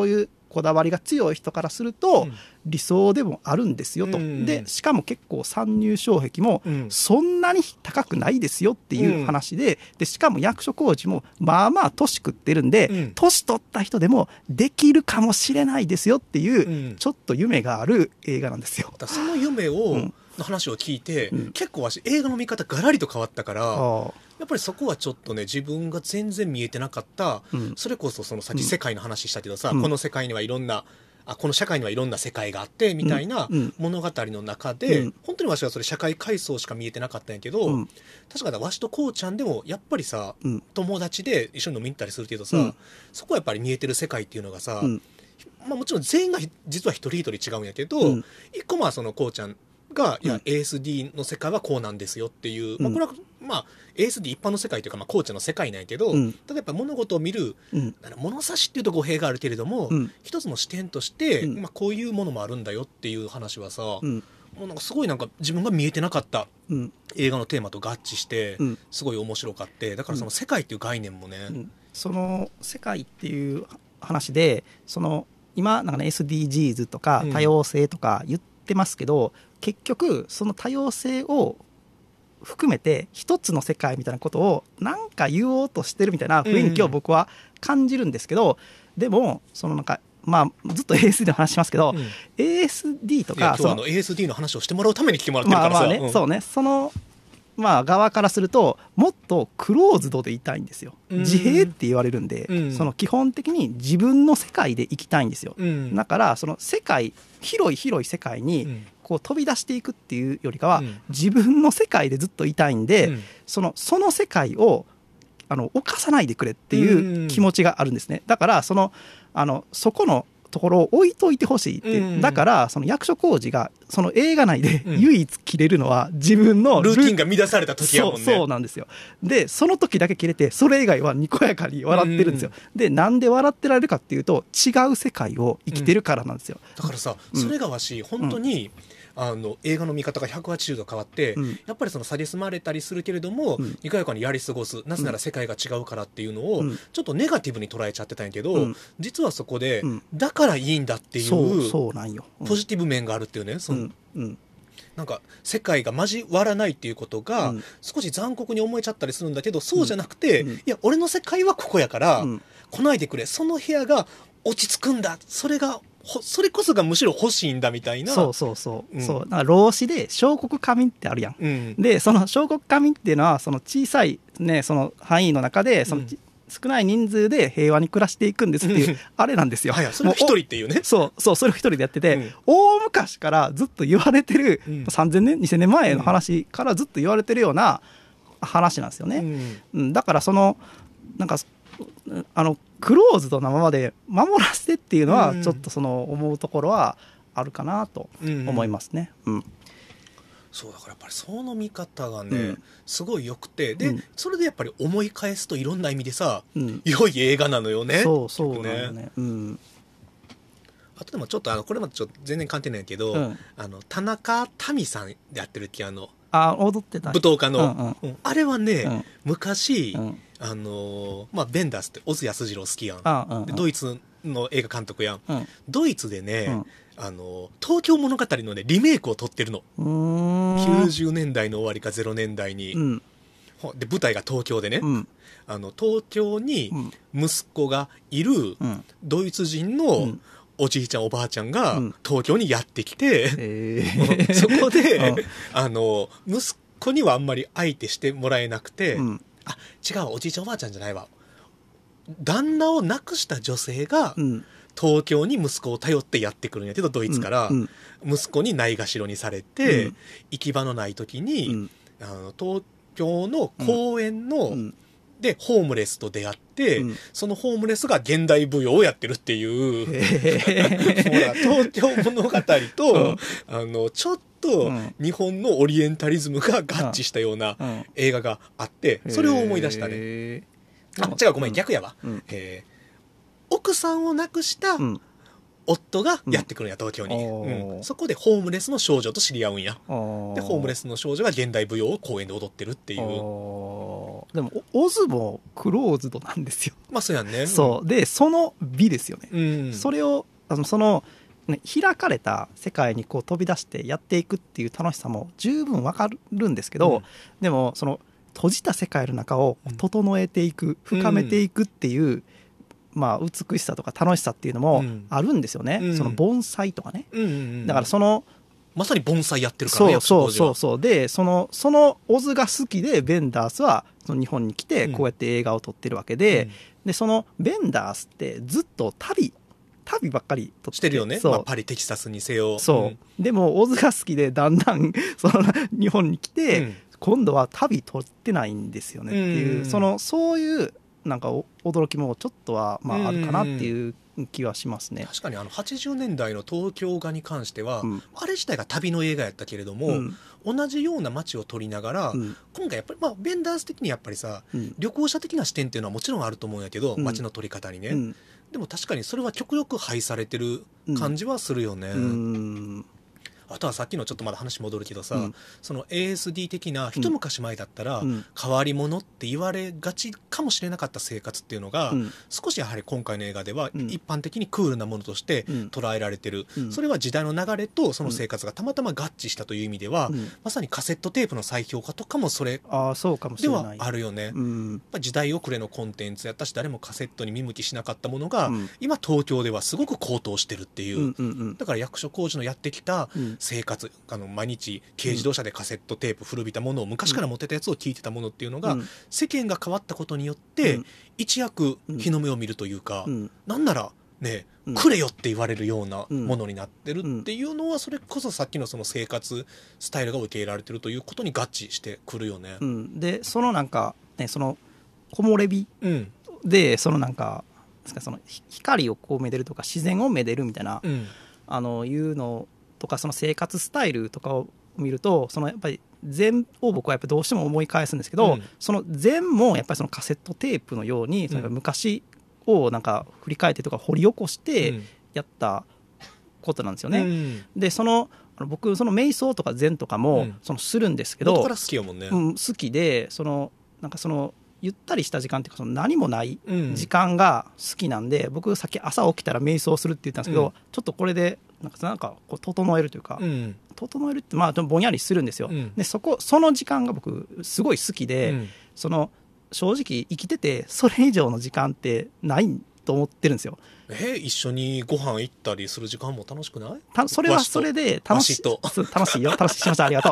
こだわりが強い人からすると、 うん、 理想でもあるんですよと、うん、でしかも結構参入障壁もそんなに高くないですよっていう話で、うん、でしかも役所広司もまあまあ年食ってるんで、うん、年取った人でもできるかもしれないですよっていう、うん、ちょっと夢がある映画なんですよ。 だその夢を、うんの話を聞いて、うん、結構私映画の見方ガラリと変わったから、やっぱりそこはちょっとね自分が全然見えてなかった、うん、それこそそのさっき世界の話したけどさ、うん、この世界にはいろんなあこの社会にはいろんな世界があってみたいな物語の中で、うん、本当にわしはそれ社会階層しか見えてなかったんやけど、うん、確かにわしとこうちゃんでもやっぱりさ、うん、友達で一緒に飲みに行ったりするけどさ、うん、そこはやっぱり見えてる世界っていうのがさ、うんまあ、もちろん全員が実は一人一人違うんやけど、うん、一個まあそのこうちゃんがいや、うん、エーエスディー の世界はこうなんですよっていう、うんまあ、これは、まあ、エーエスディー 一般の世界というか、まあ、コーチの世界なんやけど、うん、例えば物事を見る、うん、物差しっていうと語弊があるけれども、うん、一つの視点として、うんまあ、こういうものもあるんだよっていう話はさ、うん、もうなんかすごいなんか自分が見えてなかった映画のテーマと合致して、うん、すごい面白かってだからその世界っていう概念もね、うん、 その世界っていう話でその今なんか、ね、エスディージーズ とか多様性とか言ってますけど、うん結局その多様性を含めて一つの世界みたいなことをなんか言おうとしてるみたいな雰囲気を僕は感じるんですけど、うん、でもそのなんかまあずっと エーエスディー の話しますけど、うん、エーエスディー とか今日の エーエスディー の話をしてもらうために来てもらってるからさ、 まあまあね、うん、そうねそのまあ側からするともっとクローズドでいたいんですよ。自閉って言われるんで、うん、その基本的に自分の世界で生きたいんですよ、うん、だからその世界広い広い世界に、うんこう飛び出していくっていうよりかは、うん、自分の世界でずっといたいんで、うん、そのその世界をあの侵さないでくれっていう気持ちがあるんですね。だからそのあのそこのところを置いといてほしいって、うん、だからその役所広司がその映画内で唯一切れるのは自分のルーティンが乱された時やもんね。 そう、そうなんですよ。でその時だけ切れてそれ以外はにこやかに笑ってるんですよ、うん、でなんで笑ってられるかっていうと違う世界を生きてるからなんですよ、 うん、だからさそれがわし本当に、うんあの映画の見方がひゃくはちじゅうど変わって、うん、やっぱりその蔑まれたりするけれども、うん、にこやかにやり過ごすなぜなら世界が違うからっていうのを、うん、ちょっとネガティブに捉えちゃってたんやけど、うん、実はそこで、うん、だからいいんだっていうそうそうなんよ、 ポジティブ面があるっていうねその、うんうんなんか世界が交わらないっていうことが少し残酷に思えちゃったりするんだけど、そうじゃなくて、いや俺の世界はここやから、来ないでくれその部屋が落ち着くんだそれがそれこそがむしろ欲しいんだみたいな。 そうそうそう、うん、そうなんか老子で小国家民ってあるやん、うん、でその小国家民っていうのはその小さい、ね、その範囲の中でその、うん、少ない人数で平和に暮らしていくんですっていう、うん、あれなんですよ。 はいはい、それを一人っていうね。 そうそうそれを一人でやってて、うん、大昔からずっと言われてる、うん、さんぜんねんにせんねんまえの話からずっと言われてるような話なんですよね、うんうん、だからそのなんかあのクローズドなままで守らせてっていうのはちょっとその思うところはあるかなと思いますね、うんうん、 そうだからやっぱりその見方がね、うん、すごい良くてで、うん、それでやっぱり思い返すといろんな意味でさ、うん、良い映画なのよね。 そうそうなんだよね、うん、 あとでもちょっとあのこれまでちょっと全然関係ないけど、うん、あの田中民さんでやってるっけあのあ踊ってた舞踏家の、うんうん、あれはね、うん、昔、 うんあのーまあ、ベンダースって小津安二郎好きやん、うんうん、でドイツの映画監督やん、うん、ドイツでね、うんあのー、東京物語の、ね、リメイクを撮ってるの。 うーんきゅうじゅうねんだいの終わりかゼロねんだいに、うん、で舞台が東京でね、うん、あの東京に息子がいるドイツ人のおじいちゃんおばあちゃんが東京にやってきて、うん、そこで、うん、あの息子にはあんまり相手してもらえなくて、うんあ違うおじいちゃんおばあちゃんじゃないわ旦那を亡くした女性が東京に息子を頼ってやってくるんやけどドイツから、うんうん、息子にないがしろにされて、うん、行き場のない時に、うん、あの東京の公園の、うん、でホームレスと出会って、うん、そのホームレスが現代舞踊をやってるっていうほら東京物語と、うん、あのちょっとと日本のオリエンタリズムが合致したような映画があってそれを思い出したね。あ違うごめん逆やわ、うんえー、奥さんを亡くした夫がやってくるんや東京に、うんうん、そこでホームレスの少女と知り合うんや。でホームレスの少女が現代舞踊を公園で踊ってるっていう。 でもオズもクローズドなんですよ。 まあそうやんね、うん、 そうでその美ですよね、 うん、 それをあのその、ね、開かれた世界にこう飛び出してやっていくっていう楽しさも十分わかるんですけど、うん、でもその閉じた世界の中を整えていく、うん、深めていくっていう、うん、まあ、美しさとか楽しさっていうのもあるんですよね、うん、その盆栽とかね、うんうんうん、だからそのまさに盆栽やってるからね。 そうそうそうでそのそのオズが好きでベンダースはその日本に来てこうやって映画を撮ってるわけで、うん、でそのベンダースってずっと旅旅ばっかり撮ってしてるよね、まあ、パリテキサスにせよそう、うん、でもオズが好きでだんだんその日本に来て、うん、今度は旅撮ってないんですよねっていう、うん、そのそういうなんか驚きもちょっとはまああるかなっていう気はしますね。 確かにあのはちじゅうねんだいの東京画に関しては、うん、あれ自体が旅の映画やったけれども、うん、同じような街を撮りながら、うん、今回やっぱり、まあ、ベンダース的にやっぱりさ、うん、旅行者的な視点っていうのはもちろんあると思うんやけど、街の撮り方にね、うん、でも確かにそれは極力排されてる感じはするよね、うんうんあとはさっきのちょっとまだ話戻るけどさ、うん、その エーエスディー 的な一昔前だったら、うん、変わり者って言われがちかもしれなかった生活っていうのが、うん、少しやはり今回の映画では一般的にクールなものとして捉えられてる、うん、それは時代の流れとその生活がたまたま合致したという意味では、うん、まさにカセットテープの再評価とかもそれではあるよね。うん、時代遅れのコンテンツやったし誰もカセットに見向きしなかったものが、うん、今東京ではすごく高騰してるっていう、うんうんうん、だから役所広司のやってきた生活、あの毎日軽自動車でカセットテープ古びたものを昔から持ってたやつを聞いてたものっていうのが、うん、世間が変わったことによって、うん、一躍日の目を見るというか、うん、なんならね、うん、くれよって言われるようなものになってるっていうのはそれこそさっきのその生活スタイルが受け入れられてるということに合致してくるよね、うん、 でそのなんか、ね、その木漏れ日で、そのなんかその光をこうめでるとか自然をめでるみたいな、うん、あのいうのとかその生活スタイルとかを見るとそのやっぱり禅を僕はやっぱどうしても思い返すんですけど、うん、その禅もやっぱりそのカセットテープのように、うん、昔をなんか振り返ってとか掘り起こしてやったことなんですよね、うん、でそのあの僕その瞑想とか禅とかもそのするんですけど、 元から好きやもんね、 うん、好きでそのなんかそのゆったりした時間っていうかその何もない時間が好きなんで、うん、僕さっき朝起きたら瞑想するって言ったんですけど、うん、ちょっとこれでなんかなんかこう整えるというか、うん、整えるってまあぼんやりするんですよ、うん、でそこその時間が僕すごい好きで、うん、その正直生きててそれ以上の時間ってないと思ってるんですよ。 えー、一緒にご飯行ったりする時間も楽しくない？ たそれはそれで楽しい楽しいよ楽しいしましたありがとう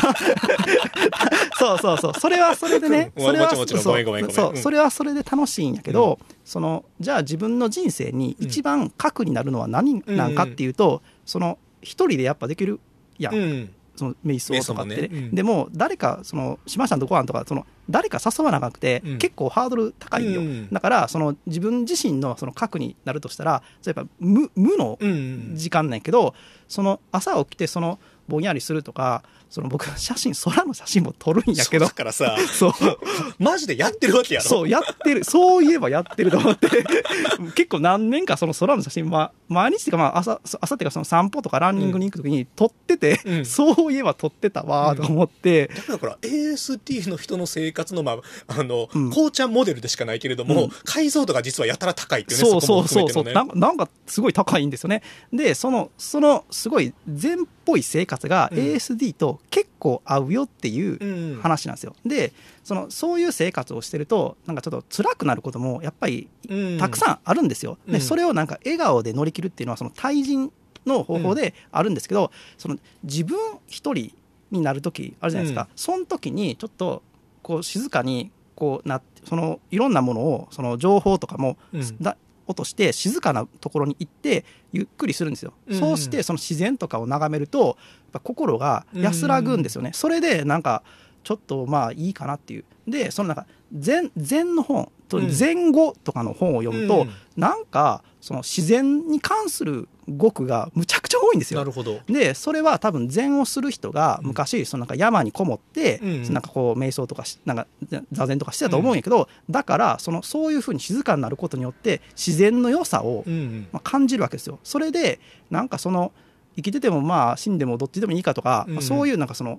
そうそうそうそれはそれでねそれはそうそれはそれで楽しいんやけど、うん、そのじゃあ自分の人生に一番核になるのは何なんかっていうと、うん、その一人でやっぱできるやん、うん、その瞑想とかって、ねうん、でも誰かその島ちゃんとご飯とかその誰か誘わなくて、うん、結構ハードル高いよ、うん、だからその自分自身のその核になるとしたらやっぱ 無, 無の時間なんやけど、その朝起きてそのぼんやりするとかその僕写真空の写真も撮るんやけどだからさそうマジでやってるわけやろ。 そうやってるそういえばやってると思って結構何年かその空の写真は毎日っていうかまあ 朝, 朝っていうかその散歩とかランニングに行くときに撮ってて、うん、そういえば撮ってたわと思って、 うん、だから エーエスディー の人の生活のまああの、うん、こうちゃんモデルでしかないけれども、うん、解像度が実はやたら高いっていうね。 そうそうそうそう、ね、な, なんかすごい高いんですよね。でそのそのすごい禅っぽい生活が エーエスディー と結構合うよっていう話なんですよ。でそのそういう生活をしてるとなんかちょっと辛くなることもやっぱりたくさんあるんですよ。でそれをなんか笑顔で乗り切るっていうのはその対人の方法であるんですけど、その自分一人になる時あるじゃないですか、うん、その時にちょっとこう静かにこうなそのいろんなものをその情報とかも、うん、だ落として静かなところに行ってゆっくりするんですよ、うん、そうしてその自然とかを眺めるとやっぱ心が安らぐんですよね、うん、それでなんかちょっとまあいいかなっていう。でそのなんか 禅, 禅の本と禅語とかの本を読むと、うん、なんかその自然に関する語句がむちゃくちゃ多いんですよ。 なるほど。 でそれは多分禅をする人が昔そのなんか山にこもって、うん、なんかこう瞑想とかなんか座禅とかしてたと思うんやけど、うん、だからそのそういう風に静かになることによって自然の良さを、うんまあ、感じるわけですよ。それでなんかその生きててもまあ死んでもどっちでもいいかとか、うんまあ、そういうなんかその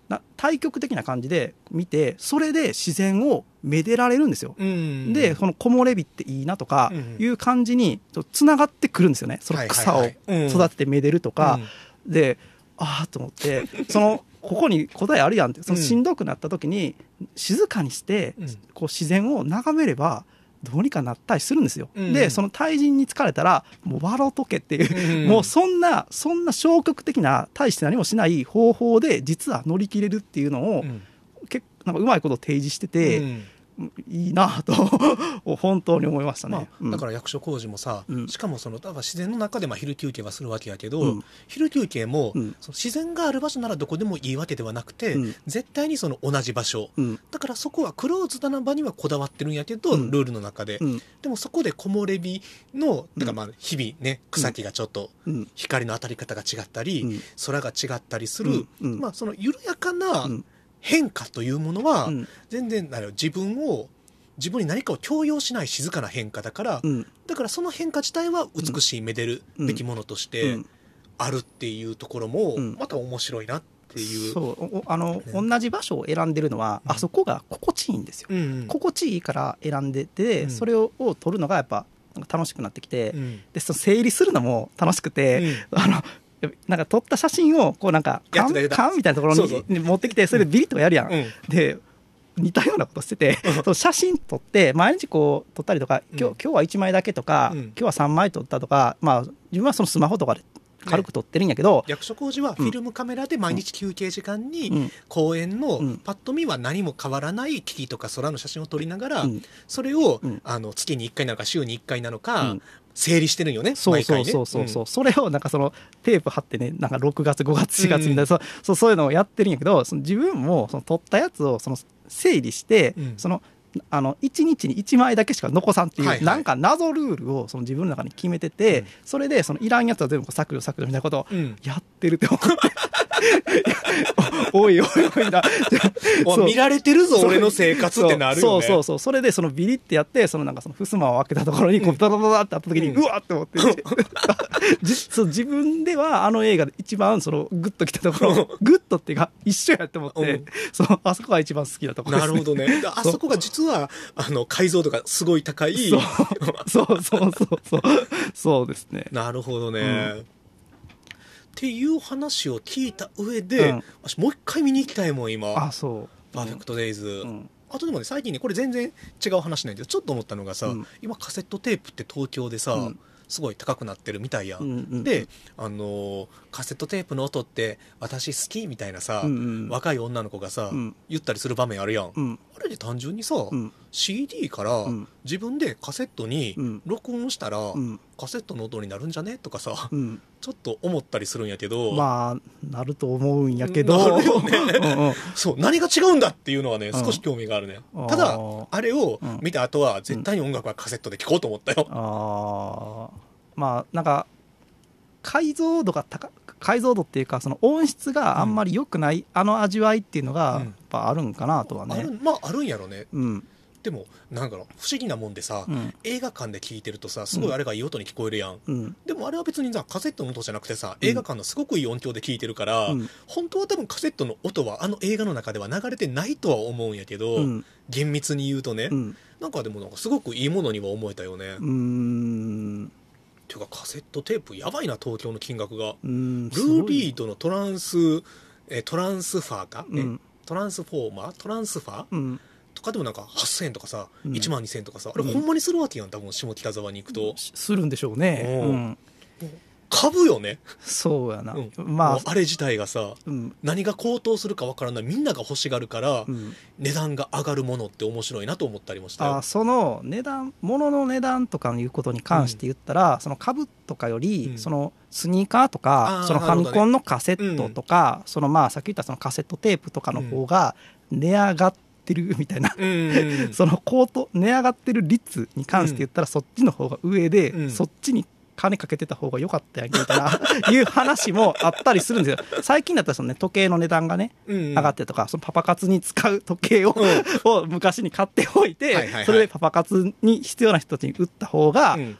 な対極的な感じで見て、それで自然をめでられるんですよ、 うん、 でこの木漏れ日っていいなとかいう感じにつながってくるんですよね、その草を育ててめでるとか、でああと思ってそのここに答えあるやんって、そのしんどくなった時に静かにしてこう自然を眺めればどうにかなったりするんですよ、うん、でその対人に疲れたらもう笑うとけっていう、うん、もうそんなそんな消極的な大して何もしない方法で実は乗り切れるっていうのを、うん、結構なんかうまいこと提示してて、うんいいなと本当に思いましたね、まあ、だから役所工事もさ、うん、しかもそのだから自然の中でまあ昼休憩はするわけやけど、うん、昼休憩も、うん、その自然がある場所ならどこでもいいわけではなくて、うん、絶対にその同じ場所、うん、だからそこはクローズドな場にはこだわってるんやけど、うん、ルールの中で、うん、でもそこで木漏れ日のだからまあ日々ね草木がちょっと光の当たり方が違ったり、うん、空が違ったりする、うんうん、まあその緩やかな、うん変化というものは、うん、全然自分を自分に何かを強要しない静かな変化だから、うん、だからその変化自体は美しいめでるべきものとしてあるっていうところもまた面白いなっていう、 そうあの、ね、同じ場所を選んでるのは、うん、あそこが心地いいんですよ、うんうん、心地いいから選んでて、うん、それを取るのがやっぱ楽しくなってきて、うん、でその整理するのも楽しくて、うん、あのなんか撮った写真をこうなんか缶みたいなところにそうそう持ってきてそれでビリッとやるやん、うん、で似たようなことしてて、うん、その写真撮って毎日こう撮ったりとか、うん、今日、今日はいちまいだけとか、うん、今日はさんまい撮ったとか、まあ、自分はそのスマホとかで軽く撮ってるんやけど、ね、 役所工事はフィルムカメラで毎日休憩時間に公園のパッと見は何も変わらない木々とか空の写真を撮りながら、うん、それを、うん、あの月にいっかいなのか週にいっかいなのか、うん整理してるんよね、 そうそうそうそうそう、うん、それをなんかそのテープ貼ってね、なんかろくがつごがつしがつみたいな、うん、そ, そそういうのをやってるんやけど、その自分もその撮ったやつをその整理して、うん、そのあのいちにちにいちまいだけしか残さんっていう、はいはい、なんか謎ルールをその自分の中に決めてて、うん、それでそのいらんやつは全部削除削除みたいなことをやってるって思って、うん、おいおいおいだ見られてるぞ俺の生活ってなるよね。 そうそうそう、それでそのビリってやってそのなんかその襖を開けたところにこうダダダダってあった時に、うん、うわって思って、ね、そう自分ではあの映画で一番そのグッときたところグッとっていうか一緒やって思って、うん、そあそこが一番好きなところです、ね、 なるほどね。あそこが実はあの解像度がすごい高いそうそうそうそうそうそうですね。 なるほどね、うんっていう話を聞いた上で、うん、私もう一回見に行きたいもん今。 あ、そう。 パーフェクトデイズ、うん、あとでもね最近ねこれ全然違う話なんだけどちょっと思ったのがさ、うん、今カセットテープって東京でさ、うん、すごい高くなってるみたいやん、うんうんうん、で、あのー、カセットテープの音って私好きみたいなさ、うんうん、若い女の子がさ、うん、言ったりする場面あるやん、うん、あれで単純にさ、うん、シーディー から自分でカセットに録音したら、うん、カセットの音になるんじゃねとかさ、うん、ちょっと思ったりするんやけど、 まあなると思うんやけど、 なるよねうん、そう何が違うんだっていうのはね少し興味があるね、うん、ただあれを見た後は絶対に音楽はカセットで聴こうと思ったよ、うん、 あまあなんか解像度が高解像度っていうかその音質があんまり良くない、うん、あの味わいっていうのがやっぱあるんかなとはね、 あるまああるんやろね、 うん、 でもなんかの不思議なもんでさ、うん、映画館で聴いてるとさすごいあれがいい音に聞こえるやん、うん、でもあれは別にさカセットの音じゃなくてさ映画館のすごくいい音響で聴いてるから、うん、本当は多分カセットの音はあの映画の中では流れてないとは思うんやけど、うん、厳密に言うとね、うん、なんかでもなんかすごくいいものには思えたよね。うーんっていうかカセットテープやばいな東京の金額が。ルーリードのトランスえトランスファーか、うん、トランスフォーマートランスファー、うんとかでもなんかはっせんえんとかさ、うん、いちまんにせんえんとかさあれほんまにするわけやん多分下北沢に行くと、うん、 するんでしょうね、うん、 株よね。 そうやな、 うん、まああれ自体がさ、うん、何が高騰するかわからないみんなが欲しがるから、うん、値段が上がるものって面白いなと思ったりもしたよ。 あその値段物の値段とかいうことに関して言ったら、うん、その株とかより、うん、そのスニーカーとかそのファミコンのカセットとか、ねうん、そのまあさっき言ったそのカセットテープとかの方が値上がってるみたいな、うん、その高騰値上がってる率に関して言ったら、うん、そっちの方が上で、うん、そっちに金かけてた方が良かったやんけみたいないう話もあったりするんですよ。最近だったらその、ね、時計の値段がね、うんうん、上がってとかそのパパ活に使う時計を、うん、を昔に買っておいて、はいはいはい、それでパパ活に必要な人たちに売った方が、うん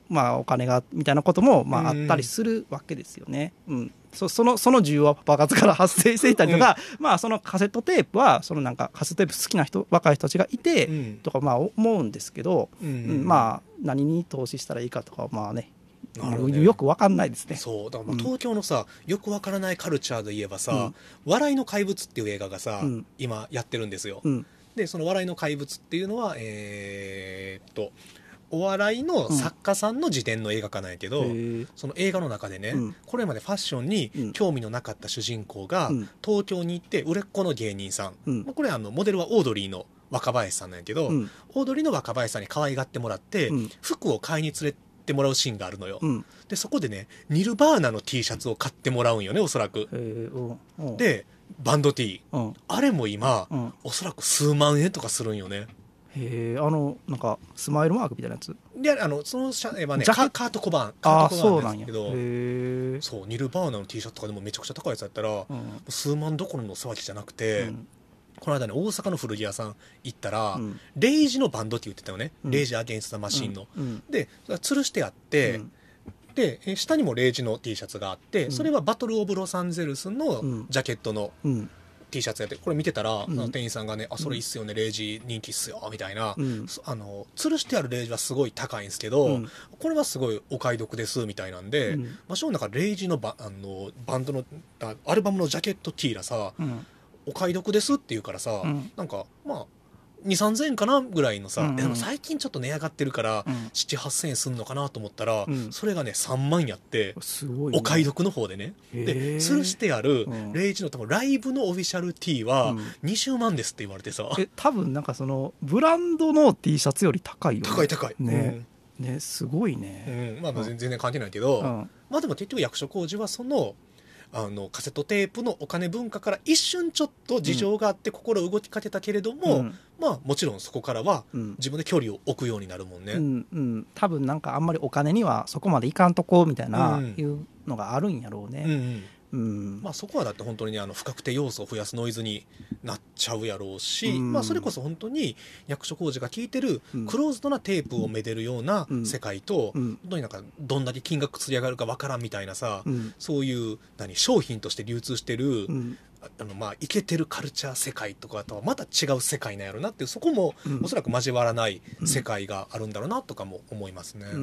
まあ、お金がみたいなことも、まあ、 うんあったりするわけですよね。うん、そそのその需要はパパ活から発生していたりとか、うん、まあ、そのカセットテープはそのなんかカセットテープ好きな人若い人たちがいて、うん、とかまあ思うんですけど、うんうん、まあ何に投資したらいいかとかはまあね、ね、よく分かんないですね。 そうだから東京のさ、うん、よく分からないカルチャーで言えばさ、うん、笑いの怪物っていう映画がさ、うん、今やってるんですよ、うん、でその笑いの怪物っていうのはえー、っとお笑いの作家さんの自伝の映画化なんやけど、うん、その映画の中でね、うん、これまでファッションに興味のなかった主人公が東京に行って売れっ子の芸人さん、うん、これあのモデルはオードリーの若林さんなんやけど、うん、オードリーの若林さんに可愛がってもらって、うん、服を買いに連れてもらうシーンがあるのよ、うん、でそこでねニルバーナの T シャツを買ってもらうんよね、おそらく。でバンド T、うん、あれも今、うん、おそらく数万円とかするんよね。 へえ、あのなんかスマイルマークみたいなやつで、あのそのシャ、えーまあね、カ, カートコバーンカートコバーンなんですけど、 あ、そうなんや。へえ。 そうニルバーナの T シャツとかでもめちゃくちゃ高いやつだったら、うん、数万どころの騒ぎじゃなくて、うん、この間ね大阪の古着屋さん行ったら、うん、レイジのバンド T 売ってたよね、うん、レイジアゲンストマシンの、うん、で吊るしてあって、うん、で下にもレイジの T シャツがあって、うん、それはバトルオブロサンゼルスのジャケットの、うん、T シャツやって、これ見てたら、うん、店員さんがね、あ、それいいっすよね、レイジ人気っすよみたいな、うん、あの吊るしてあるレイジはすごい高いんですけど、うん、これはすごいお買い得ですみたいなんで、うん、まあ、正直レイジの バ, あのバンドのアルバムのジャケット T らさ、うん、お買い得ですって言うからさ、うん、なんかまあにせんさんぜんえんかなぐらいのさ、うんうん、でも最近ちょっと値上がってるから、うん、なな、はっせんえんすんのかなと思ったら、うん、それがねさんまんやって、すごいね、お買い得の方でね。で吊るしてあるレイジの多分ライブのオフィシャル T はにじゅうまんですって言われてさ、 え多分なんかそのブランドの T シャツより高いよね。 高い高いね、うん、ね、すごいね、 うん、まあまあ全然関係ないけど、うん、まあでも結局役所広司はそのあのカセットテープのお金文化から一瞬ちょっと事情があって心動きかけたけれども、うん、まあもちろんそこからは自分で距離を置くようになるもんね、 うんうん、多分なんかあんまりお金にはそこまでいかんとこみたいな、うん、いうのがあるんやろうね、うんうんうん、 まあ、そこはだって本当に、ね、あの不確定要素を増やすノイズになっちゃうやろうし、うん、まあ、それこそ本当に役所広司が聞いてるクローズドなテープをめでるような世界と、うん、本当になんかどんだけ金額釣り上がるかわからんみたいなさ、うん、そういう何商品として流通してる、うん、あのまあイケてるカルチャー世界とかとはまた違う世界なんやろうなっていう、そこもおそらく交わらない世界があるんだろうなとかも思いますね。うん、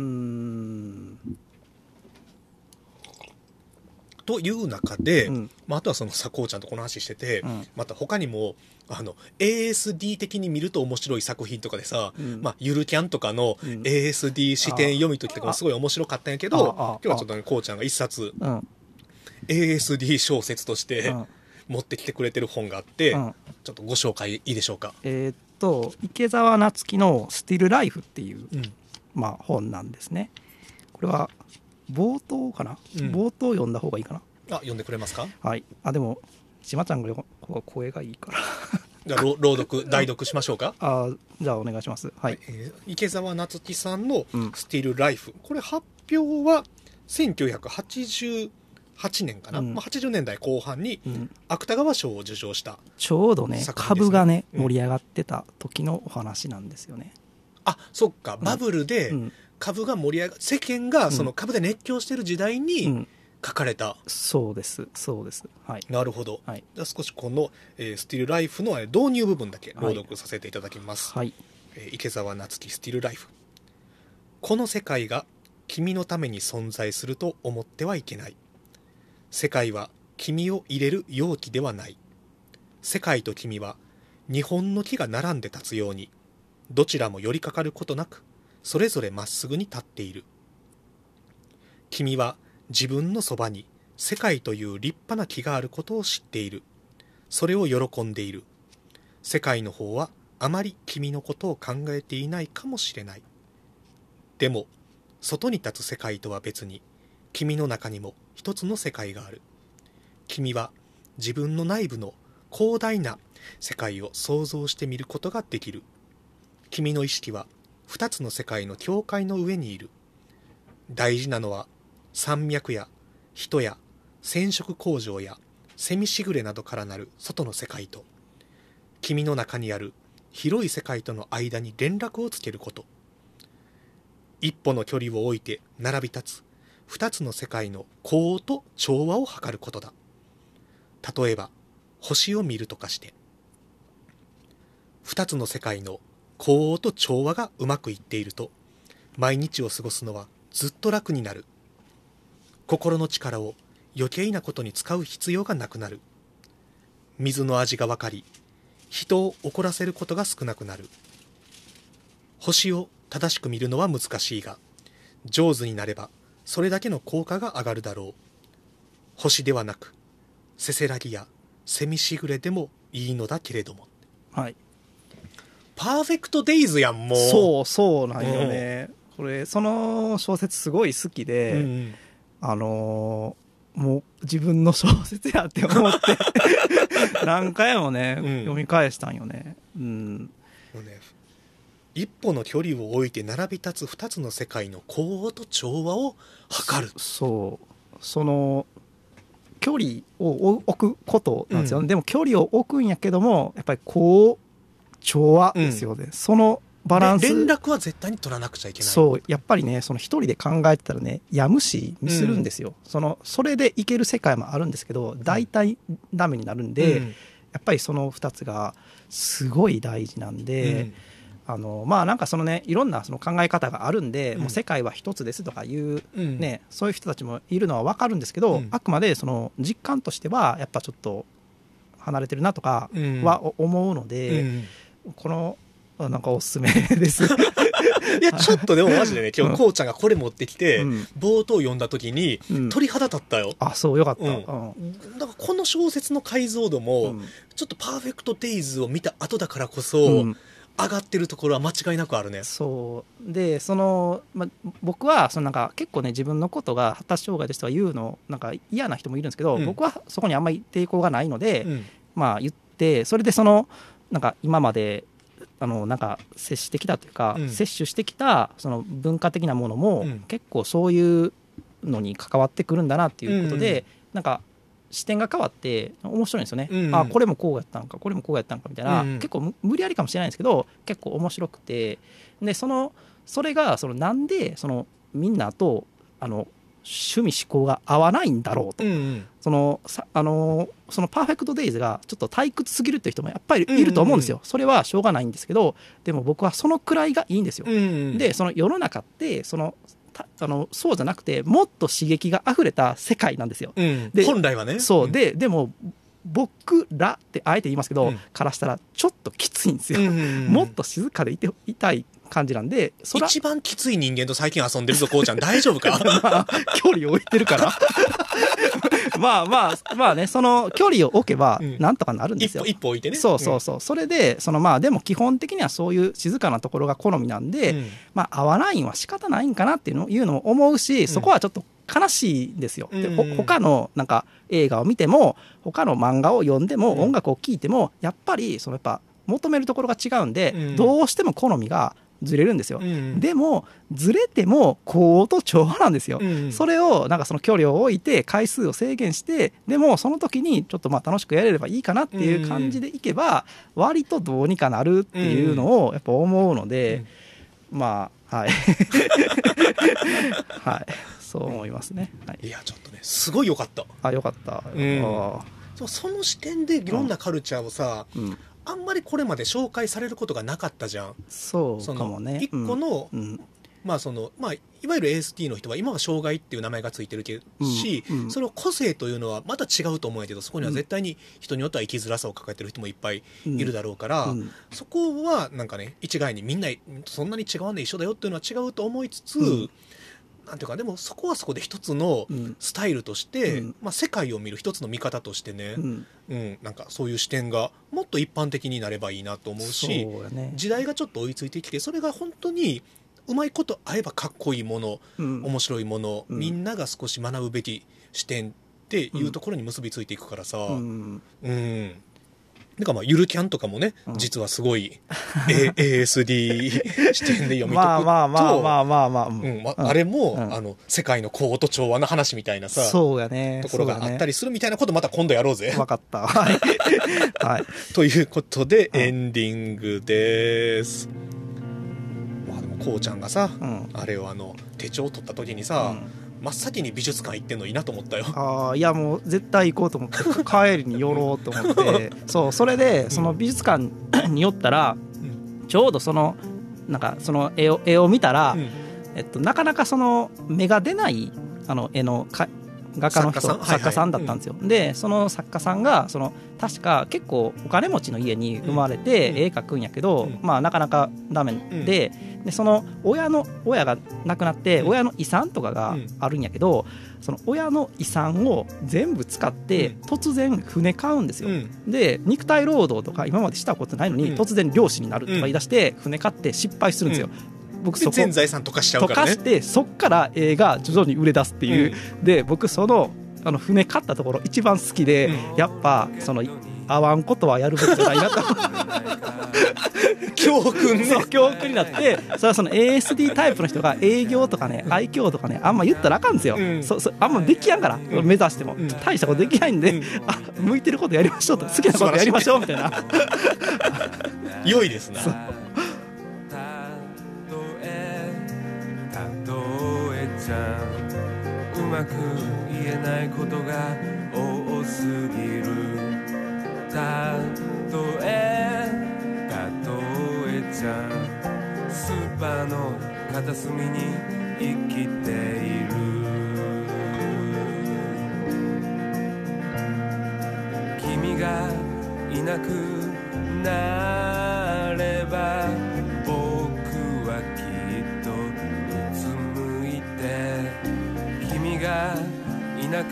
という中で、うん、まあ、あとはそのさこうちゃんとこの話してて、うん、また他にもあの エーエスディー 的に見ると面白い作品とかでさ、うん、まあ、ゆるキャンとかの エーエスディー 視点読み解きとかもすごい面白かったんやけど、今日はちょっと、ね、こうちゃんが一冊、うん、エーエスディー 小説として持ってきてくれてる本があって、うん、ちょっとご紹介いいでしょうか。 えー、っと池澤夏樹のスティルライフっていう、うん、まあ、本なんですね。これは冒頭かな、うん、冒頭読んだ方がいいかな。 あ、読んでくれますか。 はい。あ、でもしまちゃんが声がいいからじゃあ朗読代読しましょうか。 あ、じゃあお願いします。はい、 えー、池澤夏樹さんのスティルライフ、うん、これ発表はせんきゅうひゃくはちじゅうはちねんかな、うん、まあ、はちじゅうねんだいこう半に芥川賞を受賞した、 うん、ちょうどね株がね、うん、盛り上がってた時のお話なんですよね。 あ、そっか、バブルで株が盛り上が、世間がその株で熱狂してる時代に書かれた、うん、 そうですそうです、はい、 なるほど、はい、じゃあ少しこの、えー、スティルライフの導入部分だけ朗読させていただきます、はい、えー、池澤夏樹スティルライフ。この世界が君のために存在すると思ってはいけない。世界は君を入れる容器ではない。世界と君は日本の木が並んで立つように、どちらも寄りかかることなくそれぞれまっすぐに立っている。君は自分のそばに世界という立派な木があることを知っている。それを喜んでいる。世界の方はあまり君のことを考えていないかもしれない。でも外に立つ世界とは別に君の中にも一つの世界がある。君は自分の内部の広大な世界を想像してみることができる。君の意識は二つの世界の境界の上にいる。大事なのは山脈や人や染色工場やセミシグレなどからなる外の世界と、君の中にある広い世界との間に連絡をつけること。 一歩の距離を置いて並び立つ二つの世界の呼応と調和を図ることだ。例えば星を見るとかして、二つの世界の呼応と調和がうまくいっていると、毎日を過ごすのはずっと楽になる。心の力を余計なことに使う必要がなくなる。水の味が分かり、人を怒らせることが少なくなる。星を正しく見るのは難しいが、上手になればそれだけの効果が上がるだろう。星ではなく、せせらぎや蝉しぐれでもいいのだけれども。 はい。 パーフェクトデイズやん、もう。 そうそうなんよね。これその小説すごい好きで、うんうん、あのーもう自分の小説やって思って何回もね、うん、読み返したんよね。うん。 もうね、一歩の距離を置いて並び立つ二つの世界の呼応と調和を図る。 そう。その距離を置くことなんですよ、うん、でも距離を置くんやけども、やっぱりこう調和ですよね、うん、そのバランス、 連絡は絶対に取らなくちゃいけない。 そう、やっぱりね、その一人で考えてたらね、やむしにするんですよ、うん、そのそれでいける世界もあるんですけど、大体ダメになるんで、うん、やっぱりそのふたつがすごい大事なんで、うん、あのまあなんかそのね、いろんなその考え方があるんで、うん、もう世界は一つですとかいう、うんね、そういう人たちもいるのは分かるんですけど、うん、あくまでその実感としてはやっぱちょっと離れてるなとかは思うので、うんうん、このなんかおすすめですいやちょっとでもマジでね、今日こうちゃんがこれ持ってきて、うん、冒頭読んだ時に鳥肌立ったよ、うん、 あ、そうよかった、うん、 うん、だからこの小説の解像度も、うん、ちょっとパーフェクトデイズを見た後だからこそ、うん、上がってるところは間違いなくあるね。 そうで、その、ま、僕はそのなんか結構ね、自分のことが発達障害ですとは言うのなんか嫌な人もいるんですけど、うん、僕はそこにあんまり抵抗がないので、うん、まあ言って、それでそのなんか今まであのなんか接してきたというか、うん、摂取してきたその文化的なものも、うん、結構そういうのに関わってくるんだなっていうことで、うん、なんか視点が変わって面白いんですよね、うん、あ、これもこうやったんか、これもこうやったんかみたいな、うん、結構無理やりかもしれないんですけど、結構面白くて、でそのそれがそのなんでそのみんなとあの趣味思考が合わないんだろうと、うんうん、そのさあのそのパーフェクトデイズがちょっと退屈すぎるっていう人もやっぱりいると思うんですよ、うんうんうん、それはしょうがないんですけど、でも僕はそのくらいがいいんですよ、うんうん、でその世の中ってそのあのそうじゃなくて、もっと刺激があふれた世界なんですよ、 うん、 で本来はね。 そうで、でも僕らってあえて言いますけど、うん、からしたらちょっときついんですよ、うんうんうん、もっと静かでいていたい感じなんで、そら一番きつい人間と最近遊んでるぞこうちゃん大丈夫かまあ距離を置いてるからまあまあまあね、その距離を置けばなんとかなるんですよ、 うん、一歩一歩置いてね。 そうそうそう、うん、それでそのまあでも基本的にはそういう静かなところが好みなんで、うん、まあ合わないんは仕方ないんかなっていうのいうのを思うし、そこはちょっと悲しいんですよ、うん、で他のなんか映画を見ても他の漫画を読んでも、うん、音楽を聴いてもやっぱりそのやっぱ求めるところが違うんで、うん、どうしても好みがずれるんですよ、うん、でもずれても呼応と調和なんですよ、うん、それをなんかその距離を置いて回数を制限して、でもその時にちょっとまあ楽しくやれればいいかなっていう感じでいけば割とどうにかなるっていうのをやっぱ思うので、うん、まあはいはいそう思いますね、はい、 いやちょっとねすごい良かった。 あ、良かった、うん、あそう、その視点でいろんなカルチャーをさ、うん、あんまりこれまで紹介されることがなかったじゃん。 そうかもね。 一個の、うん、まあそのまあいわゆる エーエスティー の人は今は障害っていう名前がついてるけどし、うんうん、その個性というのはまた違うと思うんやけど、そこには絶対に人によっては生きづらさを抱えてる人もいっぱいいるだろうから、うんうん、そこはなんかね一概にみんなそんなに違うんで一緒だよっていうのは違うと思いつつ、うん、なんていうかでもそこはそこで一つのスタイルとして、うんまあ、世界を見る一つの見方としてね、うんうん、なんかそういう視点がもっと一般的になればいいなと思うし、 そうやね、 時代がちょっと追いついてきて、それが本当にうまいこと合えばかっこいいもの、うん、面白いもの、うん、みんなが少し学ぶべき視点っていうところに結びついていくからさ、うんうんなんかまあゆるキャンとかもね、うん、実はすごい エーエスディー 視点で読み解くとまあまあまあまあまあまあ、うんまあ、あれも、うん、あの世界の呼応と調和の話みたいなさ、 そうやね、 ところがあったりするみたいなことまた今度やろうぜ。 分かったはい、はい、 ということでエンディングです、うん、まあでもこうちゃんがさ、 うん、 あれをあの手帳を取った時にさ、うん、真っ先に美術館行ってんのいいなと思ったよ。 ああ、いやもう絶対行こうと思って帰りに寄ろうと思ってそう、それでその美術館に寄ったら、うん、ちょうどそのなんかその絵を、絵を見たら、うん、えっと、なかなかその目が出ないあの絵のか画家の人、作家さん、作家さんだったんですよ、はいはい、でその作家さんがその確か結構お金持ちの家に生まれて絵描くんやけど、うん、まあなかなかダメで、うん、でその親の親が亡くなって親の遺産とかがあるんやけど、その親の遺産を全部使って突然船買うんですよ、うん、で肉体労働とか今までしたことないのに突然漁師になるとか言い出して船買って失敗するんですよ、うん、僕そこ全財産溶かしちゃうからね。 溶かしてそっから映画徐々に売れ出すっていう、うん、で僕そのあの船買ったところ一番好きで、うん、やっぱその合わんことはやるべきじゃないなと教訓ね。 そう教訓になって、それはその エーエスディー タイプの人が営業とかね愛嬌とかねあんま言ったらあかんですよ、うん、そそあんまできやんから、うん、目指しても、うん、大したことできないんで、うん、あ向いてることやりましょうと好きなことやりましょうみたいな良いですな。 うまく言えないことが多すぎる。たとえたとえちゃんスーパーの片隅に生きている。君がいなくなれば僕はきっとうつむいて、君がいなく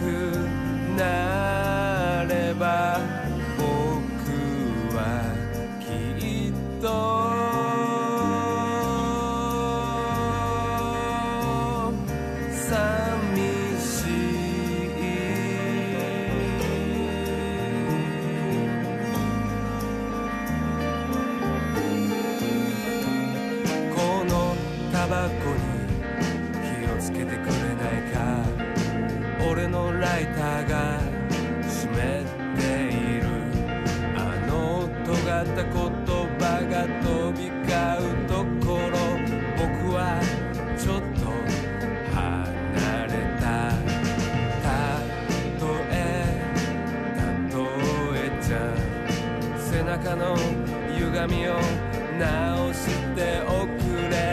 なれば僕はきっと寂しい。このタバコに気をつけてくれないか。俺のライターが湿っている。あの尖った言葉が飛び交うところ、僕はちょっと離れた。たとえたとえちゃん背中の歪みを直しておくれ。